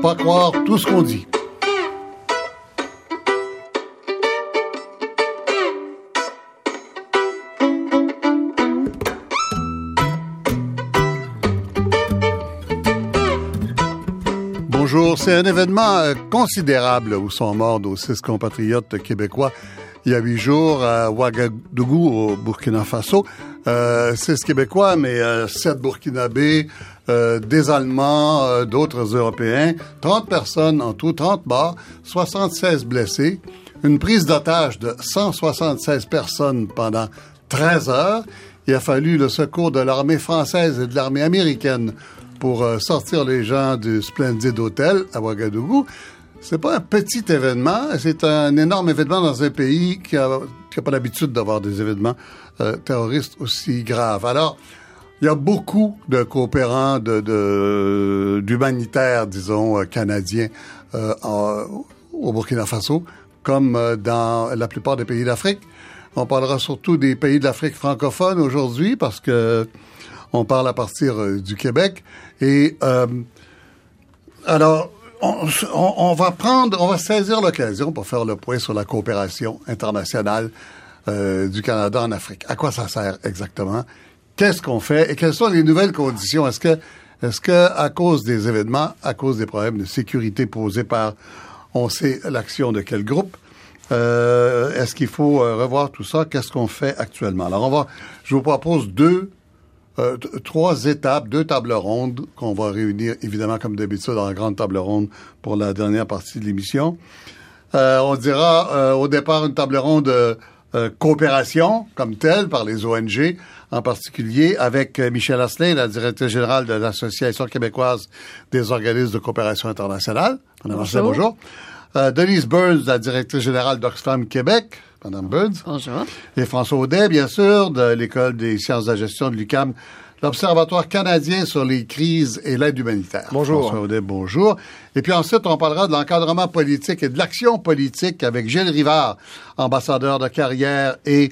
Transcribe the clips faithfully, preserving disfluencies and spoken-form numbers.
pas croire tout ce qu'on dit. Bonjour, c'est un événement euh, considérable où sont morts nos six compatriotes québécois il y a huit jours à Ouagadougou, au Burkina Faso. Euh, six Québécois, mais euh, sept Burkinabés, euh, des Allemands, euh, d'autres Européens. trente personnes en tout, trente morts, soixante-seize blessés. Une prise d'otage de cent soixante-seize personnes pendant treize heures. Il a fallu le secours de l'armée française et de l'armée américaine pour euh, sortir les gens du Splendid Hotel à Ouagadougou. C'est pas un petit événement, c'est un énorme événement dans un pays qui a, qui a pas l'habitude d'avoir des événements euh, terroristes aussi graves. Alors, il y a beaucoup de coopérants de, de d'humanitaires, disons, euh, canadiens euh, en, au Burkina Faso, comme euh, dans la plupart des pays d'Afrique. On parlera surtout des pays de l'Afrique francophone aujourd'hui parce que on parle à partir euh, du Québec. Et euh, alors, on, on, on va prendre, on va saisir l'occasion pour faire le point sur la coopération internationale euh, du Canada en Afrique. À quoi ça sert exactement? Qu'est-ce qu'on fait? Et quelles sont les nouvelles conditions? Est-ce que, est-ce que, à cause des événements, à cause des problèmes de sécurité posés par, on sait l'action de quel groupe, euh, est-ce qu'il faut euh, revoir tout ça? Qu'est-ce qu'on fait actuellement? Alors, on va, je vous propose deux Euh, t- trois étapes, deux tables rondes qu'on va réunir, évidemment, comme d'habitude, dans la grande table ronde pour la dernière partie de l'émission. Euh, on dira, euh, au départ, une table ronde euh, euh, coopération, comme telle, par les O N G, en particulier avec euh, Michel Asselin, la directrice générale de l'Association québécoise des organismes de coopération internationale. Madame Asselin, bonjour. Euh, Denise Burns, la directrice générale d'Oxfam Québec. Madame Burns. Bonjour. Et François Audet, bien sûr, de l'École des sciences de la gestion de l'U Q A M, l'Observatoire canadien sur les crises et l'aide humanitaire. Bonjour. François Audet, bonjour. Et puis ensuite, on parlera de l'encadrement politique et de l'action politique avec Gilles Rivard, ambassadeur de carrière et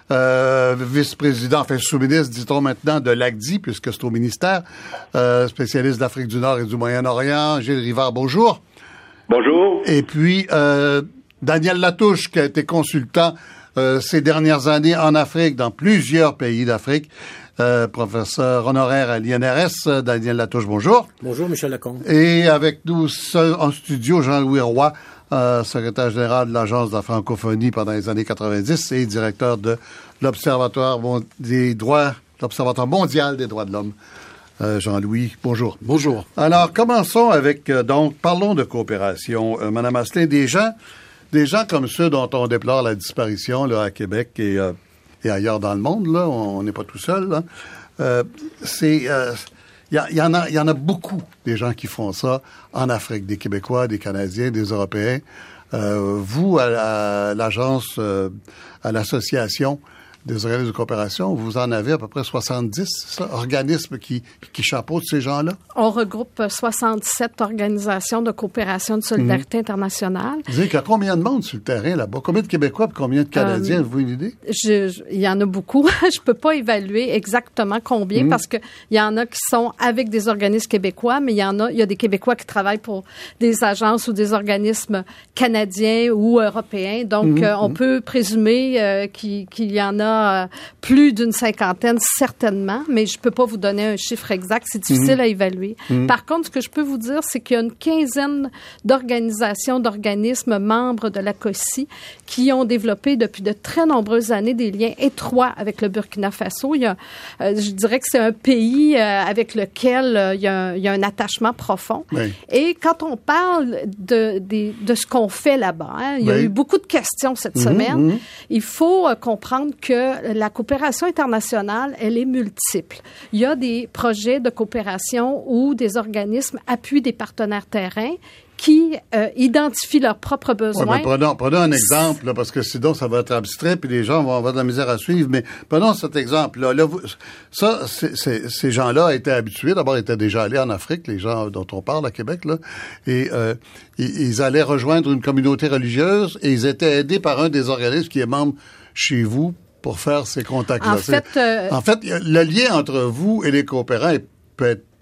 euh, vice-président, enfin sous-ministre, dit-on maintenant, de l'A C D I, puisque c'est au ministère, euh, spécialiste d'Afrique du Nord et du Moyen-Orient. Gilles Rivard, bonjour. Bonjour. Et puis, euh, Daniel Latouche, qui a été consultant euh, ces dernières années en Afrique, dans plusieurs pays d'Afrique, euh, professeur honoraire à l'I N R S. Daniel Latouche, bonjour. Bonjour, Michel Lacombe. Et avec nous seul en studio, Jean-Louis Roy, euh, secrétaire général de l'Agence de la francophonie pendant les années quatre-vingt-dix et directeur de l'Observatoire des droits, l'Observatoire mondial des droits de l'homme. Euh, Jean-Louis, bonjour. Bonjour. Alors, commençons avec, euh, donc, parlons de coopération. Euh, Madame Asselin, des gens, des gens comme ceux dont on déplore la disparition là, à Québec et, euh, et ailleurs dans le monde, là, on n'est pas tout seul. Là. Euh, c'est, il euh, y, y, y en a, il y en a beaucoup des gens qui font ça en Afrique, des Québécois, des Canadiens, des Européens. Euh, vous, à, à l'agence, euh, à l'association des organismes de coopération, vous en avez à peu près soixante-dix, ça, organismes qui, qui chapeautent ces gens-là? On regroupe soixante-sept organisations de coopération de solidarité mmh. internationale. Vous savez qu'il y a combien de monde sur le terrain là-bas? Combien de Québécois et combien de Canadiens? Euh, avez-vous une idée? Je, je, il y en a beaucoup. Je peux pas évaluer exactement combien mmh. parce que il y en a qui sont avec des organismes québécois, mais il y en a, il y a des Québécois qui travaillent pour des agences ou des organismes canadiens ou européens. Donc, mmh. euh, on mmh. peut présumer euh, qu'il, qu'il y en a Euh, plus d'une cinquantaine, certainement, mais je peux pas vous donner un chiffre exact. C'est difficile mmh. à évaluer. Mmh. Par contre, ce que je peux vous dire, c'est qu'il y a une quinzaine d'organisations, d'organismes membres de la C O C I qui ont développé depuis de très nombreuses années des liens étroits avec le Burkina Faso. Il y a, euh, je dirais que c'est un pays euh, avec lequel euh, il, y a un, il y a un attachement profond. Oui. Et quand on parle de, de, de ce qu'on fait là-bas, hein, il y a oui. eu beaucoup de questions cette mmh. semaine. Mmh. Il faut euh, comprendre que la coopération internationale, elle est multiple. Il y a des projets de coopération où des organismes appuient des partenaires terrains qui euh, identifient leurs propres besoins. Ouais, prenons, prenons un exemple, là, parce que sinon, ça va être abstrait, puis les gens vont avoir de la misère à suivre, mais prenons cet exemple-là. Là, vous, ça, c'est, c'est, ces gens-là étaient habitués, d'abord, ils étaient déjà allés en Afrique, les gens dont on parle à Québec, là, et euh, ils, ils allaient rejoindre une communauté religieuse, et ils étaient aidés par un des organismes qui est membre chez vous pour faire ces contacts-là. En fait, euh... en fait, le lien entre vous et les coopérants peut être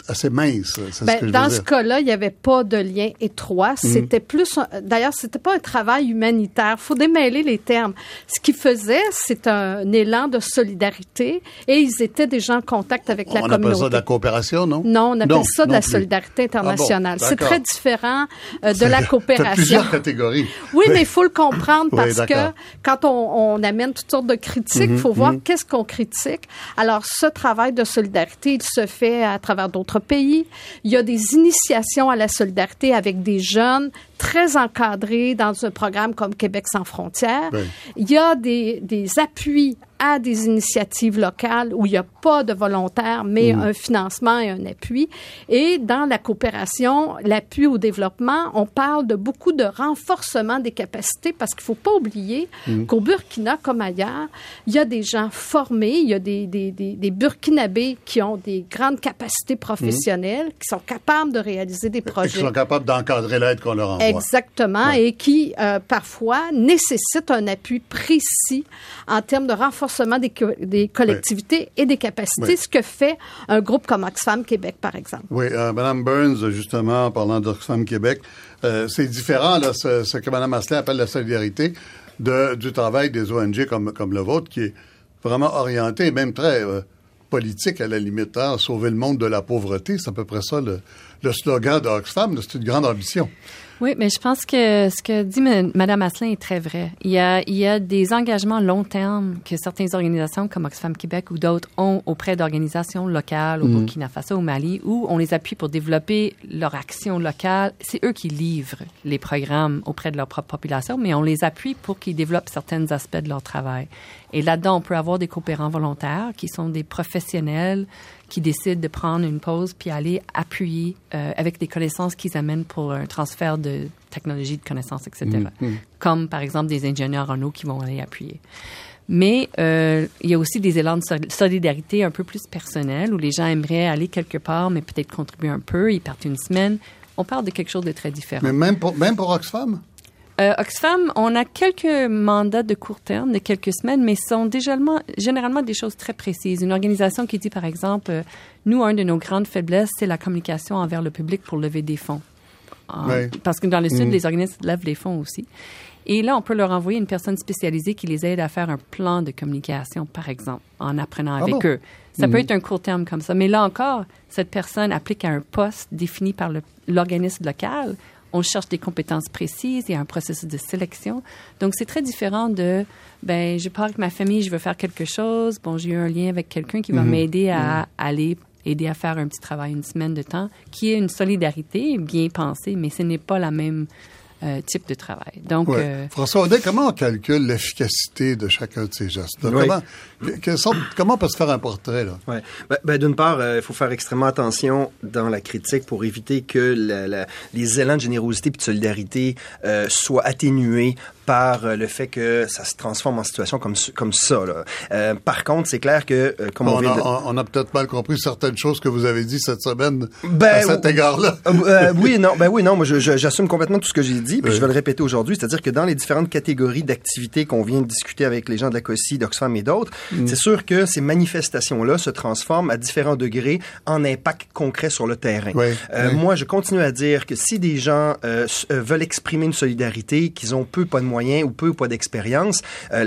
assez mince. C'est ben, ce que je dans veux ce dire. cas-là, il n'y avait pas de lien étroit. Mm-hmm. C'était plus, un, d'ailleurs, c'était pas un travail humanitaire. Faut démêler les termes. Ce qu'ils faisaient, c'est un élan de solidarité et ils étaient déjà en contact avec la on communauté. On appelle ça de la coopération, non? Non, on appelle non, ça de la plus. solidarité internationale. Ah bon, c'est très différent euh, de la coopération. C'est plusieurs catégories. Oui, mais il faut le comprendre parce oui, que quand on, on amène toutes sortes de critiques, il mm-hmm, faut voir mm-hmm. qu'est-ce qu'on critique. Alors, ce travail de solidarité, il se fait à travers d'autres pays. Il y a des initiations à la solidarité avec des jeunes très encadrés dans un programme comme Québec sans frontières. Oui. Il y a des, des appuis à des initiatives locales où il n'y a pas de volontaires, mais mmh. un financement et un appui. Et dans la coopération, l'appui au développement, on parle de beaucoup de renforcement des capacités parce qu'il ne faut pas oublier mmh. qu'au Burkina, comme ailleurs, il y a des gens formés, il y a des, des, des, des Burkinabés qui ont des grandes capacités professionnelles, mmh. qui sont capables de réaliser des projets. Et qui sont capables d'encadrer l'aide qu'on leur envoie. Exactement, ouais. et qui, euh, parfois, nécessitent un appui précis en termes de renforcement des, co- des collectivités ouais. et des capacités, ouais. ce que fait un groupe comme Oxfam Québec, par exemple. Oui, euh, Mme Burns, justement, en parlant d'Oxfam Québec, euh, c'est différent, là, ce, ce que Mme Asselin appelle la solidarité, de, du travail des O N G comme, comme le vôtre, qui est vraiment orienté, même très euh, politique à la limite, hein, sauver le monde de la pauvreté. C'est à peu près ça le, le slogan d'Oxfam. C'est une grande ambition. Oui, mais je pense que ce que dit Mme Asselin est très vrai. Il y a, il y a des engagements long terme que certaines organisations comme Oxfam Québec ou d'autres ont auprès d'organisations locales au mmh. Burkina Faso, au Mali, où on les appuie pour développer leur action locale. C'est eux qui livrent les programmes auprès de leur propre population, mais on les appuie pour qu'ils développent certains aspects de leur travail. Et là-dedans, on peut avoir des coopérants volontaires qui sont des professionnels qui décident de prendre une pause puis aller appuyer euh, avec des connaissances qu'ils amènent pour un transfert de technologie, de connaissances, et cetera. Mmh, mmh. Comme, par exemple, des ingénieurs en eau qui vont aller appuyer. Mais euh, il y a aussi des élans de solidarité un peu plus personnels où les gens aimeraient aller quelque part, mais peut-être contribuer un peu. Ils partent une semaine. On parle de quelque chose de très différent. Mais même pour, même pour Oxfam? Euh, Oxfam, on a quelques mandats de court terme, de quelques semaines, mais sont déjà, généralement des choses très précises. Une organisation qui dit, par exemple, euh, nous, un de nos grandes faiblesses, c'est la communication envers le public pour lever des fonds. Euh, oui. Parce que dans le Sud, mmh. les organismes lèvent des fonds aussi. Et là, on peut leur envoyer une personne spécialisée qui les aide à faire un plan de communication, par exemple, en apprenant avec ah bon? eux. Ça mmh. peut être un court terme comme ça. Mais là encore, cette personne applique à un poste défini par le, l'organisme local. On cherche des compétences précises, il y a un processus de sélection. Donc, c'est très différent de, ben, je pars avec ma famille, je veux faire quelque chose. Bon, j'ai eu un lien avec quelqu'un qui va mmh. m'aider à mmh. aller aider à faire un petit travail une semaine de temps, qui est une solidarité bien pensée, mais ce n'est pas la même euh, type de travail. Donc, ouais. euh, François Audet, comment on calcule l'efficacité de chacun de ces gestes? Oui. Comment, quelle sorte, comment on peut se faire un portrait, là? Oui. Ben, ben, d'une part, il euh, faut faire extrêmement attention dans la critique pour éviter que la, la, les élans de générosité et de solidarité euh, soient atténués par euh, le fait que ça se transforme en situation comme, comme ça. Là. Euh, par contre, c'est clair que... Euh, comme on, on, vient a, de... on a peut-être mal compris certaines choses que vous avez dit cette semaine ben, à cet égard-là. Euh, oui, non, ben oui, non, moi je, je, j'assume complètement tout ce que j'ai dit, puis oui. je vais le répéter aujourd'hui, c'est-à-dire que dans les différentes catégories d'activités qu'on vient de discuter avec les gens de la C O C I, d'Oxfam et d'autres, mm. c'est sûr que ces manifestations-là se transforment à différents degrés en impact concret sur le terrain. Oui. Euh, oui. Moi, je continue à dire que si des gens euh, veulent exprimer une solidarité, qu'ils ont peu, pas de moyens ou peu ou pas d'expérience, euh,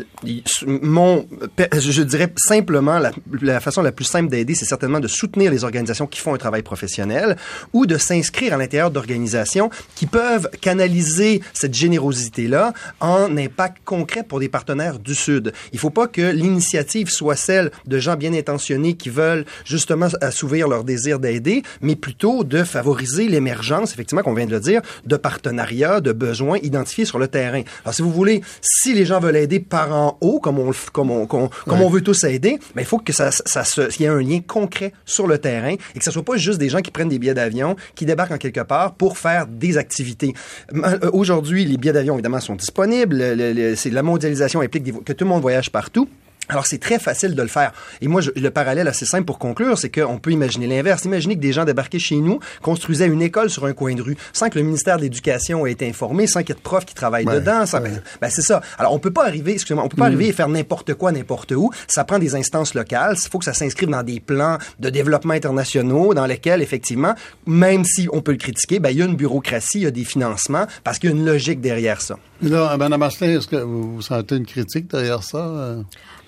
mon, je dirais simplement la, la façon la plus simple d'aider, c'est certainement de soutenir les organisations qui font un travail professionnel ou de s'inscrire à l'intérieur d'organisations qui peuvent canaliser cette générosité-là en impact concret pour des partenaires du Sud. Il ne faut pas que l'initiative soit celle de gens bien intentionnés qui veulent justement assouvir leur désir d'aider, mais plutôt de favoriser l'émergence, effectivement, qu'on vient de le dire, de partenariats, de besoins identifiés sur le terrain. Alors, si vous voulez, si les gens veulent aider par en haut, comme on, comme on, comme, comme ouais. on veut tous aider, ben, il faut que ça, ça se, qu'il y ait un lien concret sur le terrain et que ce soit pas juste des gens qui prennent des billets d'avion, qui débarquent en quelque part pour faire des activités. Aujourd'hui, les billets d'avion, évidemment, sont disponibles. Le, le, c'est, la mondialisation implique des, que tout le monde voyage partout. Alors, c'est très facile de le faire. Et moi, je, le parallèle assez simple pour conclure, c'est qu'on peut imaginer l'inverse. Imaginez que des gens débarquaient chez nous, construisaient une école sur un coin de rue, sans que le ministère de l'Éducation ait été informé, sans qu'il y ait de profs qui travaillent ouais, dedans. Sans, ouais. ben, ben, c'est ça. Alors, on peut pas arriver, excusez-moi, on peut pas mmh. arriver et faire n'importe quoi, n'importe où. Ça prend des instances locales. Il faut que ça s'inscrive dans des plans de développement internationaux, dans lesquels, effectivement, même si on peut le critiquer, ben, il y a une bureaucratie, il y a des financements, parce qu'il y a une logique derrière ça. Là, Mme Asselin, est-ce que vous sentez une critique derrière ça? Euh?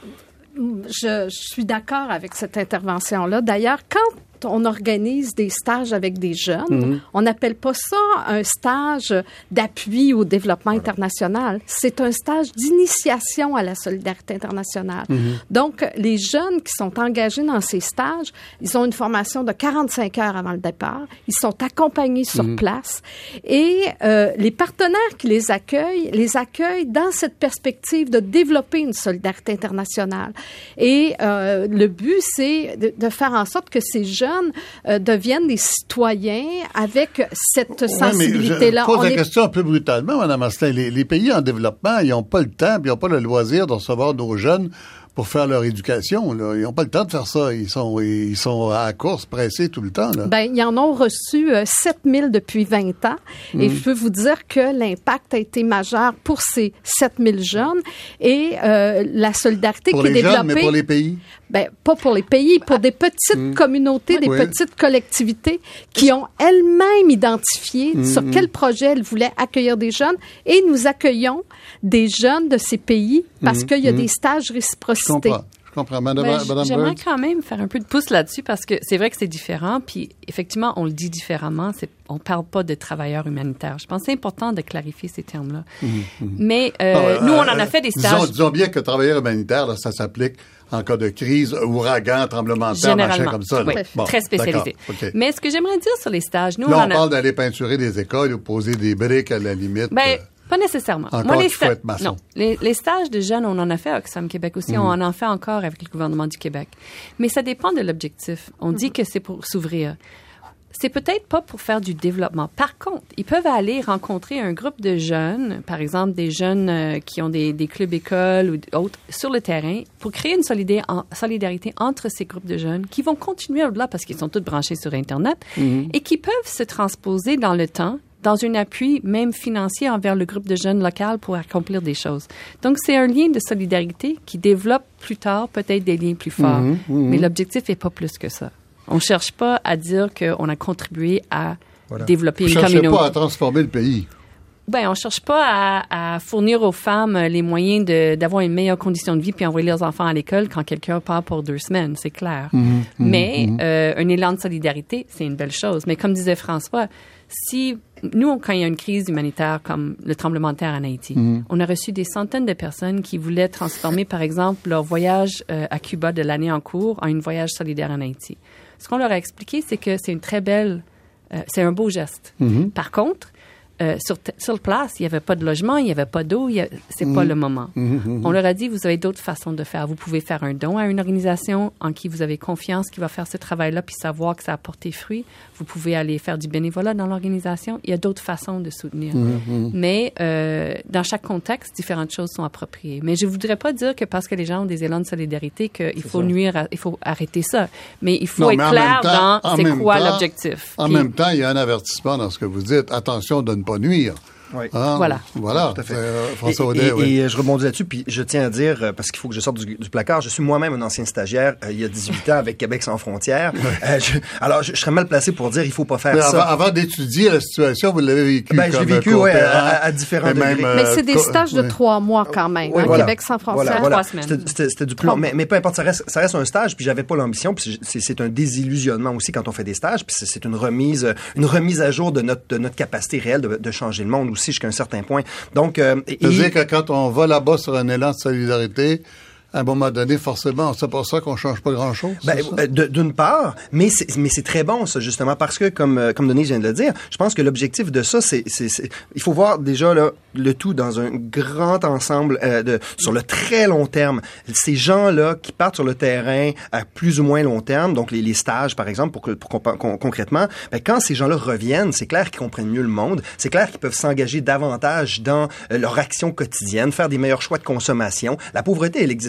Je, je suis d'accord avec cette intervention-là. D'ailleurs, quand on organise des stages avec des jeunes, mm-hmm. on n'appelle pas ça un stage d'appui au développement international. C'est un stage d'initiation à la solidarité internationale. Mm-hmm. Donc, les jeunes qui sont engagés dans ces stages, ils ont une formation de quarante-cinq heures avant le départ. Ils sont accompagnés sur mm-hmm. place. Et euh, les partenaires qui les accueillent, les accueillent dans cette perspective de développer une solidarité internationale. Et euh, le but, c'est de, de faire en sorte que ces jeunes Euh, deviennent des citoyens avec cette sensibilité-là. Ouais, je pose on la est... question un peu brutalement, Mme Asselin. Les, les pays en développement, ils n'ont pas le temps, puis ils n'ont pas le loisir de recevoir nos jeunes pour faire leur éducation. Là. Ils n'ont pas le temps de faire ça. Ils sont, ils sont à la course, pressés tout le temps. Là. Ben, ils en ont reçu euh, sept mille depuis vingt ans. Mmh. Et je peux vous dire que l'impact a été majeur pour ces sept mille jeunes. Et euh, la solidarité pour qui est développée... Pour les jeunes, mais pour les pays? Ben, pas pour les pays, pour des petites mmh. communautés, des oui. petites collectivités qui ont elles-mêmes identifié mmh. sur quel projet elles voulaient accueillir des jeunes. Et nous accueillons des jeunes de ces pays parce mmh. qu'il y a mmh. des stages réciprocité. Je comprends. Je comprends. Madame, ben, Madame J'aimerais Bird? quand même faire un peu de pouce là-dessus parce que c'est vrai que c'est différent. Puis, effectivement, on le dit différemment. C'est, on ne parle pas de travailleurs humanitaires. Je pense que c'est important de clarifier ces termes-là. Mmh, mmh. Mais euh, non, nous, euh, on en a fait des stages. Disons, disons bien que travailleurs humanitaires, là, ça s'applique en cas de crise, ouragan, tremblement de terre, machin comme ça. Oui, bon, très spécialisé. Okay. Mais ce que j'aimerais dire sur les stages, nous, là, on, on en a... parle d'aller peinturer des écoles ou poser des briques à la limite. Ben, euh... Pas nécessairement. Encore Moi, les qu'il faut sta- être maçon. Non. Les, les stages de jeunes, on en a fait à Oxfam Québec aussi. Mmh. On en fait encore avec le gouvernement du Québec. Mais ça dépend de l'objectif. On mmh. dit que c'est pour s'ouvrir. C'est peut-être pas pour faire du développement. Par contre, ils peuvent aller rencontrer un groupe de jeunes, par exemple des jeunes euh, qui ont des, des clubs écoles ou autres, sur le terrain, pour créer une solidar- en, solidarité entre ces groupes de jeunes qui vont continuer au-delà parce qu'ils sont tous branchés sur Internet mmh. et qui peuvent se transposer dans le temps dans un appui même financier envers le groupe de jeunes local pour accomplir des choses. Donc, c'est un lien de solidarité qui développe plus tard peut-être des liens plus forts. Mmh, mmh. Mais l'objectif n'est pas plus que ça. On ne cherche pas à dire qu'on a contribué à voilà. développer Vous une communauté. On ne cherche pas à transformer le pays. Ben, on ne cherche pas à, à fournir aux femmes les moyens de, d'avoir une meilleure condition de vie puis envoyer leurs enfants à l'école quand quelqu'un part pour deux semaines, c'est clair. Mmh, mmh, Mais mmh. Euh, un élan de solidarité, c'est une belle chose. Mais comme disait François, si nous, quand il y a une crise humanitaire comme le tremblement de terre en Haïti, mmh. on a reçu des centaines de personnes qui voulaient transformer, par exemple, leur voyage euh, à Cuba de l'année en cours en un voyage solidaire en Haïti. Ce qu'on leur a expliqué, c'est que c'est une très belle, euh, c'est un beau geste. Mmh. Par contre, Euh, sur, t- sur place, il n'y avait pas de logement, il n'y avait pas d'eau, a, c'est mmh. pas le moment. Mmh, mmh. On leur a dit, vous avez d'autres façons de faire. Vous pouvez faire un don à une organisation en qui vous avez confiance, qui va faire ce travail-là, puis savoir que ça a porté fruit. Vous pouvez aller faire du bénévolat dans l'organisation. Il y a d'autres façons de soutenir. Mmh, mmh. Mais euh, dans chaque contexte, différentes choses sont appropriées. Mais je ne voudrais pas dire que parce que les gens ont des élans de solidarité, qu'il faut ça. nuire, à, il faut arrêter ça. Mais il faut non, être clair temps, dans c'est quoi temps, l'objectif. En puis, même temps, il y a un avertissement dans ce que vous dites. Attention de ne pas nuire. Oui. Ah, voilà. Voilà. Tout à fait. Euh, François et, Audet, et, oui. et je rebondis là-dessus, puis je tiens à dire, parce qu'il faut que je sorte du, du placard, je suis moi-même un ancien stagiaire euh, il y a dix-huit ans avec Québec sans frontières. euh, je, alors, je, je serais mal placé pour dire il faut pas faire Mais ça. Avant, avant d'étudier la situation, vous l'avez vécu ben, comme je l'ai vécu, oui, à, à, à différents degrés. Même, euh, Mais c'est des co- stages de oui. trois mois quand même, oui, hein, voilà. Québec sans frontières. Voilà, voilà. Trois semaines. C'était, c'était, c'était du plus long. Mais, mais peu importe, ça reste, ça reste un stage, puis j'avais pas l'ambition, puis c'est, c'est un désillusionnement aussi quand on fait des stages, puis c'est, c'est une remise, une remise à jour de notre, de notre capacité réelle de, de changer le monde aussi jusqu'à un certain point. Donc, euh, c'est-à-dire et... que quand on va là-bas sur un élan de solidarité, à un moment donné, forcément, c'est pour ça qu'on change pas grand-chose. Ben, de, d'une part, mais c'est, mais c'est très bon, ça, justement, parce que, comme, comme Denise vient de le dire, je pense que l'objectif de ça, c'est, c'est, c'est il faut voir déjà là, le tout dans un grand ensemble, euh, de, sur le très long terme. Ces gens-là qui partent sur le terrain à plus ou moins long terme, donc les, les stages, par exemple, pour, que, pour qu'on, qu'on, concrètement, ben, quand ces gens-là reviennent, c'est clair qu'ils comprennent mieux le monde, c'est clair qu'ils peuvent s'engager davantage dans euh, leur action quotidienne, faire des meilleurs choix de consommation. La pauvreté, elle existe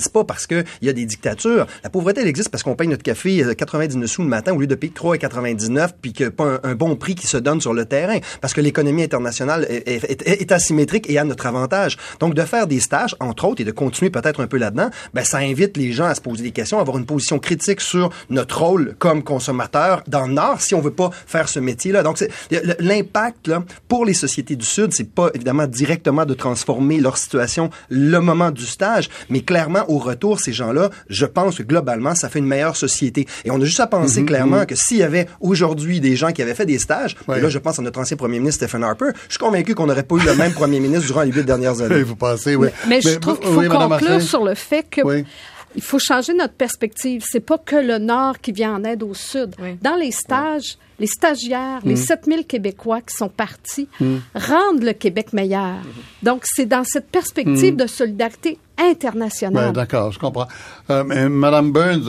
existe pas parce que il y a des dictatures. La pauvreté, elle existe parce qu'on paye notre café quatre-vingt-dix-neuf sous le matin au lieu de payer trois quatre-vingt-dix-neuf puis que pas un, un bon prix qui se donne sur le terrain parce que l'économie internationale est, est, est, est asymétrique et à notre avantage. Donc, de faire des stages, entre autres, et de continuer peut-être un peu là-dedans, ben, ça invite les gens à se poser des questions, à avoir une position critique sur notre rôle comme consommateur dans le Nord si on veut pas faire ce métier-là. Donc, c'est, l'impact, là, pour les sociétés du Sud, c'est pas évidemment directement de transformer leur situation le moment du stage, mais clairement, au retour, ces gens-là, je pense que globalement, ça fait une meilleure société. Et on a juste à penser mm-hmm, clairement mm-hmm. que s'il y avait aujourd'hui des gens qui avaient fait des stages, ouais. et là, je pense à notre ancien premier ministre Stephen Harper, je suis convaincu qu'on n'aurait pas eu le même premier ministre durant les huit dernières années. Vous pensez, oui. Mais, mais je mais, trouve qu'il faut oui, conclure sur le fait que oui. il faut changer notre perspective. C'est pas que le Nord qui vient en aide au Sud. Oui. Dans les stages, oui. les stagiaires, mmh. les sept mille Québécois qui sont partis mmh. rendent le Québec meilleur. Mmh. Donc, c'est dans cette perspective mmh. de solidarité internationale. Ben, d'accord, je comprends. Euh, mais Madame Burns,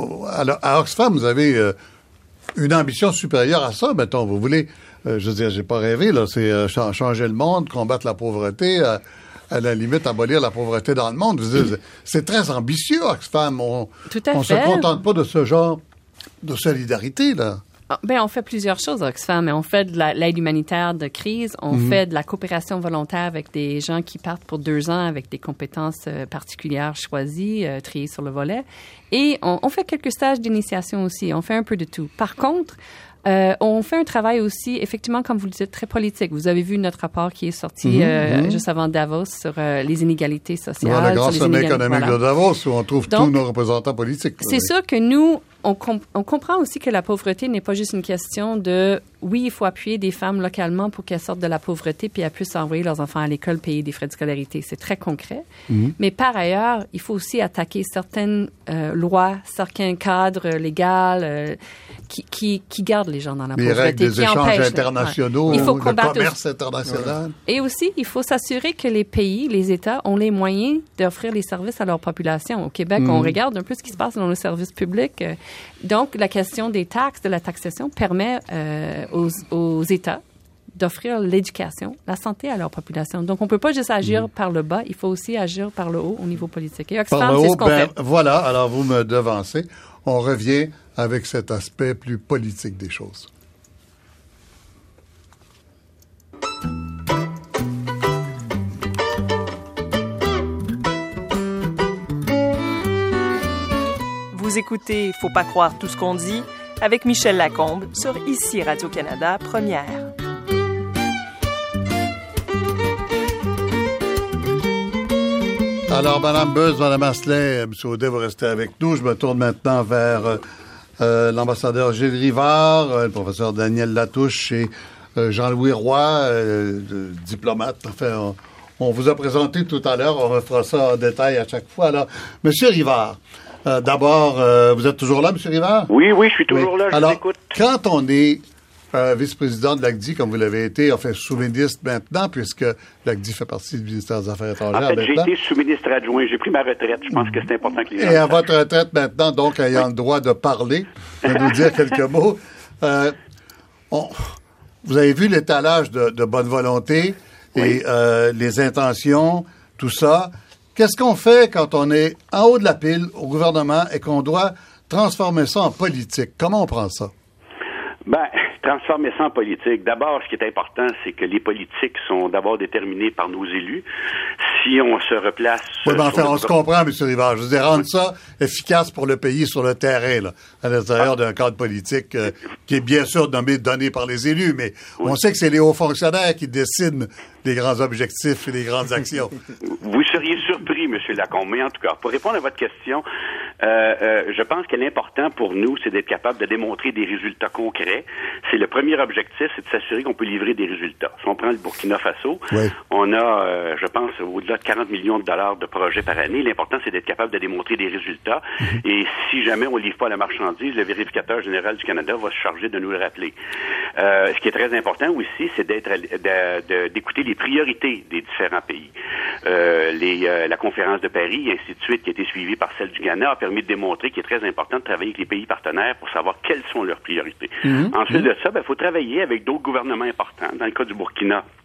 à, à Oxfam, vous avez euh, une ambition supérieure à ça, mettons. Vous voulez, euh, je veux dire, j'ai pas rêvé, là, c'est euh, changer le monde, combattre la pauvreté, euh, à la limite, abolir la pauvreté dans le monde. C'est très ambitieux, Oxfam. On ne se contente pas de ce genre de solidarité, là. Ben, on fait plusieurs choses à Oxfam. On fait de l'aide humanitaire de crise. On mm-hmm. fait de la coopération volontaire avec des gens qui partent pour deux ans avec des compétences euh, particulières choisies, euh, triées sur le volet. Et on, on fait quelques stages d'initiation aussi. On fait un peu de tout. Par contre, Euh, on fait un travail aussi, effectivement, comme vous le dites, très politique. Vous avez vu notre rapport qui est sorti mmh, euh, mmh. juste avant Davos sur euh, les inégalités sociales. Voilà, le grand sommet économique voilà. de Davos où on trouve Donc, tous nos représentants politiques. C'est oui. sûr que nous, on, comp- on comprend aussi que la pauvreté n'est pas juste une question de, oui, il faut appuyer des femmes localement pour qu'elles sortent de la pauvreté puis elles puissent envoyer leurs enfants à l'école, payer des frais de scolarité. C'est très concret. Mmh. Mais par ailleurs, il faut aussi attaquer certaines euh, lois, certains cadres légaux euh, qui, qui, qui gardent les gens dans la les pauvreté. Règles des qui échanges empêchent, internationaux, ouais. il faut le commerce aussi. international. Et aussi, il faut s'assurer que les pays, les États ont les moyens d'offrir les services à leur population. Au Québec, mmh. on regarde un peu ce qui se passe dans nos services publics. Donc, la question des taxes, de la taxation, permet euh, aux, aux États d'offrir l'éducation, la santé à leur population. Donc, on ne peut pas juste agir mmh. par le bas, il faut aussi agir par le haut au niveau politique. Et Oxfam, par le haut, c'est ce qu'on ben, fait. Voilà, alors vous me devancez. On revient avec cet aspect plus politique des choses. Vous écoutez Faut pas croire tout ce qu'on dit avec Michel Lacombe sur Ici Radio-Canada Première. Alors, Mme Buzz, Mme Asselin, M. Audet, vous restez avec nous. Je me tourne maintenant vers euh, euh, l'ambassadeur Gilles Rivard, euh, le professeur Daniel Latouche et euh, Jean-Louis Roy, euh, diplomate. Enfin, on, on vous a présenté tout à l'heure. On refera ça en détail à chaque fois. Alors, M. Rivard, euh, d'abord, euh, vous êtes toujours là, M. Rivard? Oui, oui, je suis toujours oui. là, je Alors, vous écoute. Quand on est euh, vice-président de l'A C D I, comme vous l'avez été, enfin sous-ministre maintenant, puisque l'A C D I fait partie du ministère des Affaires étrangères. En fait, maintenant. j'ai été sous-ministre adjoint. J'ai pris ma retraite. Je pense que c'est important que les gens... Et à votre retraite maintenant, donc, ayant le droit de parler, de nous dire quelques mots, euh, on, vous avez vu l'étalage de, de bonne volonté et oui. euh, les intentions, tout ça. Qu'est-ce qu'on fait quand on est en haut de la pile au gouvernement et qu'on doit transformer ça en politique? Comment on prend ça? Ben, transformer ça en politique. D'abord, ce qui est important, c'est que les politiques sont d'abord déterminées par nos élus. Si on se replace... Oui, mais enfin, on le... se comprend, M. Rivard. Je veux dire, rendre oui. ça efficace pour le pays sur le terrain, là, à l'intérieur ah. d'un cadre politique euh, qui est bien sûr nommé, donné par les élus, mais oui. on sait que c'est les hauts fonctionnaires qui décident les grands objectifs et les grandes actions. Vous seriez surpris, M. Lacombe, mais en tout cas, pour répondre à votre question, euh, euh, je pense que l'important pour nous, c'est d'être capable de démontrer des résultats concrets. C'est le premier objectif, c'est de s'assurer qu'on peut livrer des résultats. Si on prend le Burkina Faso, oui. on a, euh, je pense, au-delà de quarante millions de dollars de projets par année. L'important, c'est d'être capable de démontrer des résultats. Mm-hmm. Et si jamais on ne livre pas la marchandise, le vérificateur général du Canada va se charger de nous le rappeler. Euh, ce qui est très important aussi, c'est d'être, de, de, d'écouter les priorités des différents pays. Euh, les, euh, la conférence de Paris, et ainsi de suite, qui a été suivie par celle du Ghana, a permis de démontrer qu'il est très important de travailler avec les pays partenaires pour savoir quelles sont leurs priorités. Mm-hmm. Ensuite de ça, il ben, faut travailler avec d'autres gouvernements importants. Dans le cas du Burkina,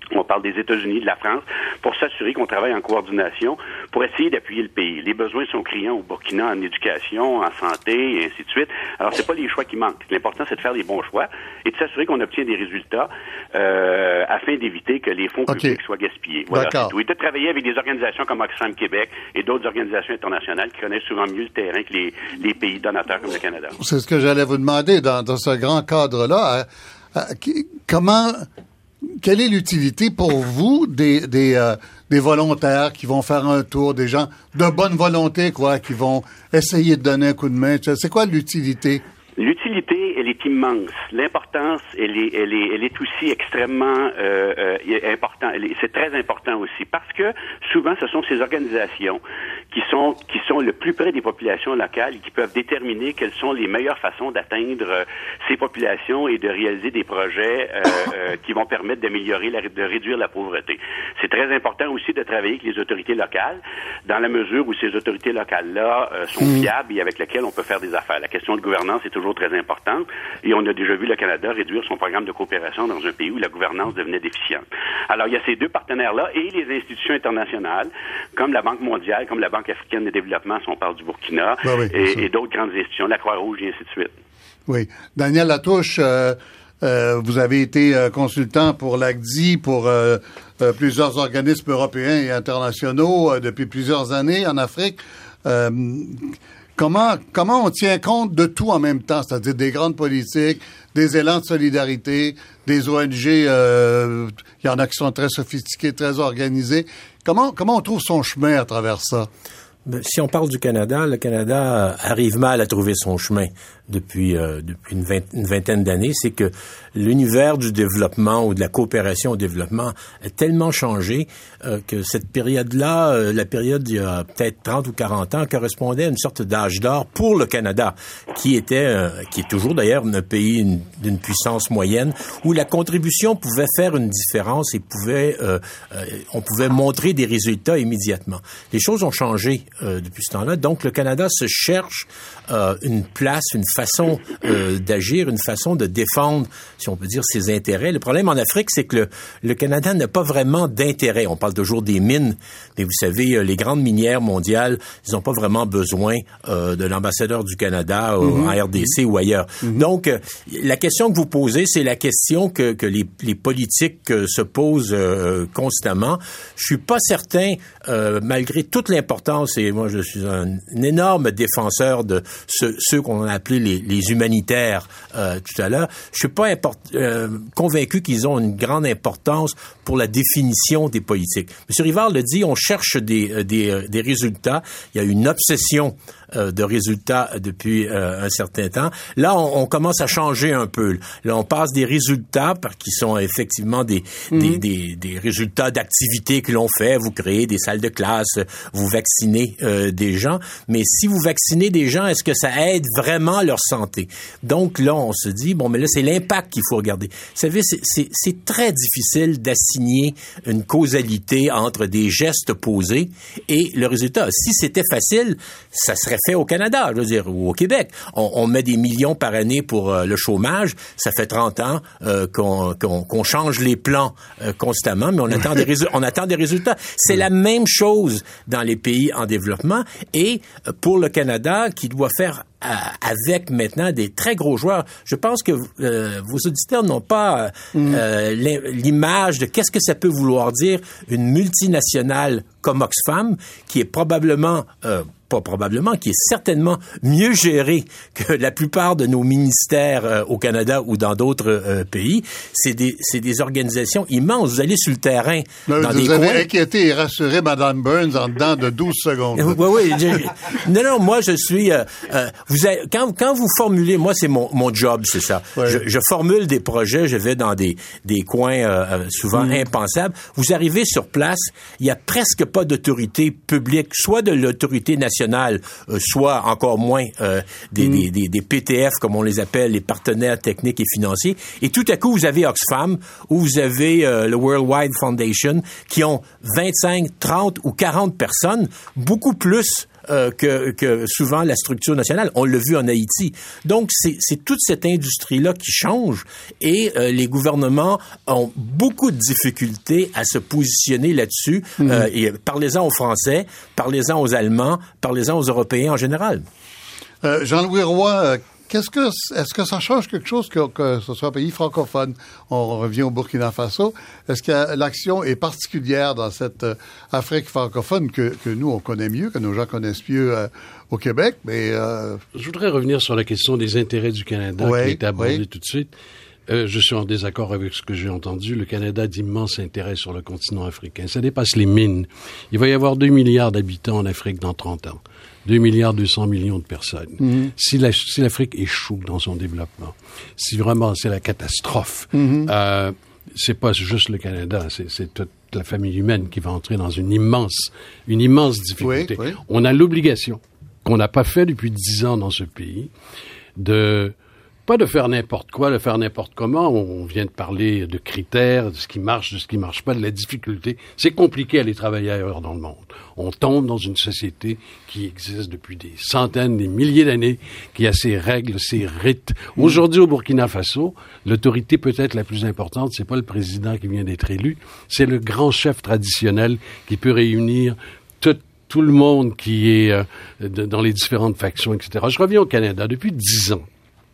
On parle des États-Unis, de la France, pour s'assurer qu'on travaille en coordination pour essayer d'appuyer le pays. Les besoins sont criants au Burkina en éducation, en santé, et ainsi de suite. Alors, c'est pas les choix qui manquent. L'important, c'est de faire les bons choix et de s'assurer qu'on obtient des résultats euh, afin d'éviter que les fonds okay. publics soient gaspillés. Voilà, D'accord. c'est tout. Et de travailler avec des organisations comme Oxfam Québec et d'autres organisations internationales qui connaissent souvent mieux le terrain que les, les pays donateurs comme le Canada. C'est ce que j'allais vous demander dans, dans ce grand cadre-là. Euh, euh, qui, comment... Quelle est l'utilité pour vous des des, euh, des volontaires qui vont faire un tour, des gens de bonne volonté, quoi, qui vont essayer de donner un coup de main? C'est quoi l'utilité? L'utilité, elle est immense. L'importance, elle est, elle est, elle est aussi extrêmement euh, euh, important. Elle est, c'est très important aussi parce que souvent, ce sont ces organisations qui sont qui sont le plus près des populations locales et qui peuvent déterminer quelles sont les meilleures façons d'atteindre euh, ces populations et de réaliser des projets euh, euh, qui vont permettre d'améliorer, la, de réduire la pauvreté. C'est très important aussi de travailler avec les autorités locales dans la mesure où ces autorités locales-là euh, sont mmh. fiables et avec lesquelles on peut faire des affaires. La question de gouvernance est toujours très importante et on a déjà vu le Canada réduire son programme de coopération dans un pays où la gouvernance devenait déficiente. Alors, il y a ces deux partenaires-là et les institutions internationales comme la Banque mondiale, comme la Banque africaine de développement, si on parle du Burkina, ben oui, et, et d'autres grandes institutions, la Croix-Rouge et ainsi de suite. Oui. Daniel Latouche, euh, euh, vous avez été euh, consultant pour l'A C D I, pour euh, euh, plusieurs organismes européens et internationaux euh, depuis plusieurs années en Afrique. Euh, Comment comment on tient compte de tout en même temps, c'est-à-dire des grandes politiques, des élans de solidarité, des O N G, euh, il y en a qui sont très sophistiqués, très organisés. Comment comment on trouve son chemin à travers ça? Si on parle du Canada, le Canada arrive mal à trouver son chemin depuis euh, depuis une, vingt, une vingtaine d'années. C'est que l'univers du développement ou de la coopération au développement a tellement changé euh, que cette période-là, euh, la période il y a peut-être trente ou quarante ans, correspondait à une sorte d'âge d'or pour le Canada, qui était, euh, qui est toujours d'ailleurs un pays une, d'une puissance moyenne, où la contribution pouvait faire une différence et pouvait, euh, euh, on pouvait montrer des résultats immédiatement. Les choses ont changé euh, depuis ce temps-là, donc le Canada se cherche euh, une place, une façon euh, d'agir, une façon de défendre, si on peut dire, ses intérêts. Le problème en Afrique, c'est que le, le Canada n'a pas vraiment d'intérêt. On parle toujours des mines, mais vous savez, les grandes minières mondiales, ils n'ont pas vraiment besoin euh, de l'ambassadeur du Canada euh, mm-hmm. en R D C mm-hmm. ou ailleurs. Mm-hmm. Donc, euh, la question que vous posez, c'est la question que, que les, les politiques euh, se posent euh, constamment. Je suis pas certain, euh, malgré toute l'importance, et moi je suis un, un énorme défenseur de ce, ceux qu'on a appelés les, les humanitaires euh, tout à l'heure, je suis pas import, euh, convaincu qu'ils ont une grande importance pour la définition des politiques. M. Rivard le dit, on cherche des, des, des résultats. Il y a une obsession euh, de résultats depuis euh, un certain temps. Là, on, on commence à changer un peu. Là, on passe des résultats par qui sont effectivement des, mmh. des, des, des résultats d'activités que l'on fait. Vous créez des salles de classe, vous vaccinez euh, des gens. Mais si vous vaccinez des gens, est-ce que ça aide vraiment leur santé? Donc là, on se dit, bon, mais là, c'est l'impact qu'il faut regarder. Vous savez, c'est, c'est, c'est très difficile d'assigner une causalité entre des gestes posés et le résultat. Si c'était facile, ça serait fait au Canada, je veux dire, ou au Québec. On, on met des millions par année pour euh, le chômage. Ça fait trente ans euh, qu'on, qu'on, qu'on change les plans euh, constamment, mais on attend des résu- on attend des résultats. C'est la même chose dans les pays en développement et pour le Canada qui doit faire avec maintenant des très gros joueurs. Je pense que euh, vos auditeurs n'ont pas euh, mm. l'image de qu'est-ce que ça peut vouloir dire une multinationale comme Oxfam, qui est probablement, euh, pas probablement, qui est certainement mieux gérée que la plupart de nos ministères euh, au Canada ou dans d'autres euh, pays. C'est des, c'est des organisations immenses. Vous allez sur le terrain Là, dans vous des avez coins... inquiété et rassuré Mme Burns en dedans de douze secondes. Oui, oui. Je, non, non, moi, je suis... Euh, euh, vous avez, quand, quand vous formulez... Moi, c'est mon, mon job, c'est ça. Ouais. Je, je formule des projets, je vais dans des, des coins euh, souvent mmh. impensables. Vous arrivez sur place, il y a presque pas d'autorité publique, soit de l'autorité nationale, euh, soit encore moins euh, des, mmh. des, des, des P T F, comme on les appelle, les partenaires techniques et financiers. Et tout à coup, vous avez Oxfam, ou vous avez euh, le World Wide Foundation, qui ont vingt-cinq, trente ou quarante personnes, beaucoup plus euh, que, que souvent la structure nationale. On l'a vu en Haïti. Donc, c'est, c'est toute cette industrie-là qui change et euh, les gouvernements ont beaucoup de difficultés à se positionner là-dessus. Mmh. Euh, et parlez-en aux Français, parlez-en aux Allemands, parlez-en aux Européens en général. Euh, Jean-Louis Roy, euh, qu'est-ce que, est-ce que ça change quelque chose que, que ce soit un pays francophone? On revient au Burkina Faso. Est-ce que l'action est particulière dans cette euh, Afrique francophone que, que nous, on connaît mieux, que nos gens connaissent mieux euh, au Québec? Mais euh... Je voudrais revenir sur la question des intérêts du Canada oui, qui a été abordée oui. tout de suite. Euh, je suis en désaccord avec ce que j'ai entendu. Le Canada a d'immenses intérêts sur le continent africain. Ça dépasse les mines. Il va y avoir deux milliards d'habitants en Afrique dans trente ans. deux milliards deux cents millions de personnes. Mm-hmm. Si, la, si l'Afrique échoue dans son développement, si vraiment c'est la catastrophe, mm-hmm. euh, c'est pas juste le Canada, c'est, c'est toute la famille humaine qui va entrer dans une immense, une immense difficulté. Oui, oui. On a l'obligation, qu'on n'a pas fait depuis dix ans dans ce pays, de pas de faire n'importe quoi, de faire n'importe comment. On vient de parler de critères, de ce qui marche, de ce qui marche pas, de la difficulté. C'est compliqué aller travailler ailleurs dans le monde. On tombe dans une société qui existe depuis des centaines, des milliers d'années, qui a ses règles, ses rites. Aujourd'hui, au Burkina Faso, l'autorité peut-être la plus importante, c'est pas le président qui vient d'être élu, c'est le grand chef traditionnel qui peut réunir tout tout le monde qui est euh, de, dans les différentes factions, et cetera. Je reviens au Canada. Depuis dix ans,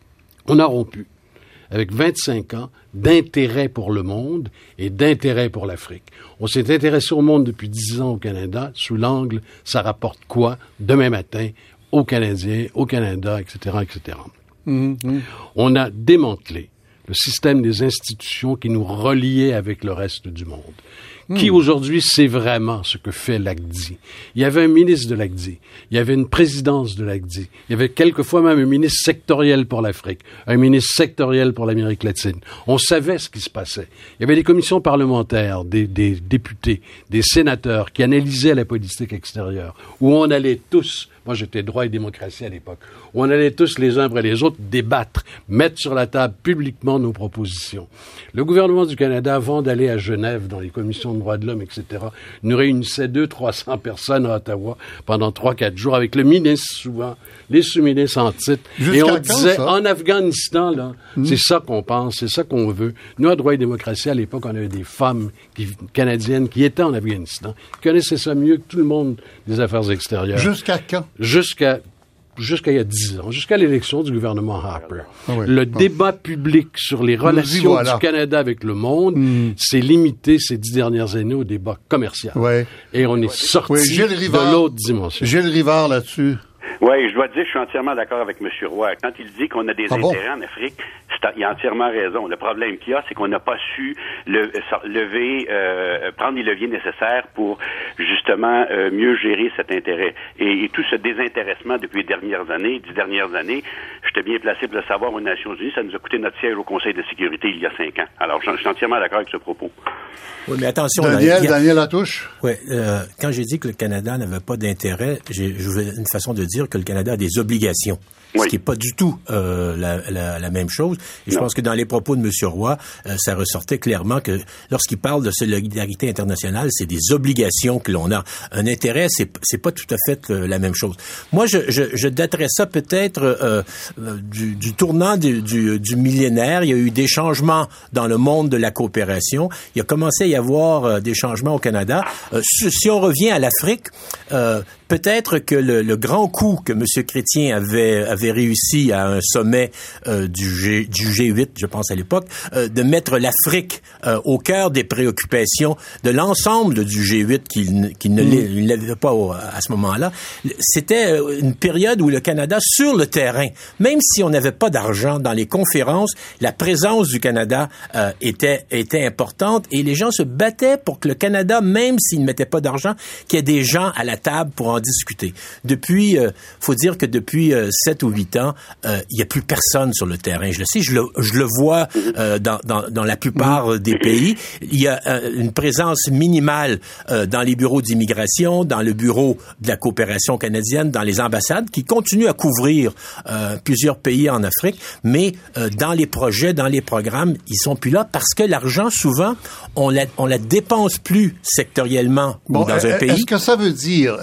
on a rompu avec vingt-cinq ans d'intérêt pour le monde et d'intérêt pour l'Afrique. On s'est intéressé au monde depuis dix ans au Canada, sous l'angle, ça rapporte quoi demain matin aux Canadiens, au Canada, et cetera, et cetera. Mm-hmm. On a démantelé le système des institutions qui nous reliait avec le reste du monde. Mmh. Qui aujourd'hui sait vraiment ce que fait l'A C D I? Il y avait un ministre de l'A C D I, il y avait une présidence de l'A C D I, il y avait quelquefois même un ministre sectoriel pour l'Afrique, un ministre sectoriel pour l'Amérique latine. On savait ce qui se passait. Il y avait des commissions parlementaires, des, des députés, des sénateurs qui analysaient la politique extérieure, où on allait tous, moi j'étais droit et démocratie à l'époque, où on allait tous les uns après les autres débattre, mettre sur la table publiquement nos propositions. Le gouvernement du Canada, avant d'aller à Genève dans les commissions de droits de l'homme, et cetera, nous réunissait deux, trois cents personnes à Ottawa pendant trois, quatre jours avec le ministre souvent, les sous-ministres en titre. Jusqu'à et on disait, ça? En Afghanistan, là, mmh. c'est ça qu'on pense, c'est ça qu'on veut. Nous, à droit et démocratie, à l'époque, on avait des femmes qui, canadiennes qui étaient en Afghanistan, qui connaissaient ça mieux que tout le monde des affaires extérieures. Jusqu'à quand? Jusqu'à jusqu'à il y a dix ans, jusqu'à l'élection du gouvernement Harper. Ah oui, le bon. débat public sur les relations voilà. du Canada avec le monde mm. s'est limité ces dix dernières années au débat commercial. Ouais. Et on est sorti oui, Rivard, de l'autre dimension. Gilles Rivard là-dessus. Oui, je dois dire, je suis entièrement d'accord avec M. Roy. Quand il dit qu'on a des ah intérêts bon? en Afrique, c'est, il a entièrement raison. Le problème qu'il y a, c'est qu'on n'a pas su le, lever, euh, prendre les leviers nécessaires pour justement euh, mieux gérer cet intérêt. Et, et tout ce désintéressement depuis les dernières années, dix dernières années, j'étais bien placé pour le savoir aux Nations Unies, ça nous a coûté notre siège au Conseil de sécurité il y a cinq ans. Alors, je suis entièrement d'accord avec ce propos. Oui, mais attention. Daniel, là, a... Daniel Latouche. Oui, euh, quand j'ai dit que le Canada n'avait pas d'intérêt, j'ai, je veux une façon de dire que le Canada a des obligations. Oui. Ce qui n'est pas du tout euh, la, la, la même chose. Et je non. pense que dans les propos de M. Roy, euh, ça ressortait clairement que lorsqu'il parle de solidarité internationale, c'est des obligations que l'on a. Un intérêt, c'est c'est pas tout à fait euh, la même chose. Moi, je, je, je daterais ça peut-être euh, euh, du, du tournant du, du, du millénaire. Il y a eu des changements dans le monde de la coopération. Il a commencé à y avoir euh, des changements au Canada. Euh, si, si on revient à l'Afrique, euh, peut-être que le, le grand coup que M. Chrétien avait, avait réussi à un sommet euh, du, G, du G huit, je pense à l'époque, euh, de mettre l'Afrique euh, au cœur des préoccupations de l'ensemble du G huit qui, qui ne mmh. l'avait pas au, à ce moment-là. C'était une période où le Canada, sur le terrain, même si on n'avait pas d'argent dans les conférences, la présence du Canada euh, était, était importante et les gens se battaient pour que le Canada, même s'il ne mettait pas d'argent, qu'il y ait des gens à la table pour en discuter. Depuis, euh, faut dire que depuis euh, sept ou huit ans, euh, il n'y a plus personne sur le terrain. Je le sais, je le, je le vois euh, dans, dans, dans la plupart des pays. Il y a euh, une présence minimale euh, dans les bureaux d'immigration, dans le bureau de la coopération canadienne, dans les ambassades, qui continuent à couvrir euh, plusieurs pays en Afrique, mais euh, dans les projets, dans les programmes, ils sont plus là parce que l'argent, souvent, on la, on la dépense plus sectoriellement bon, dans un pays. Est-ce que ça veut dire, est-ce que ça veut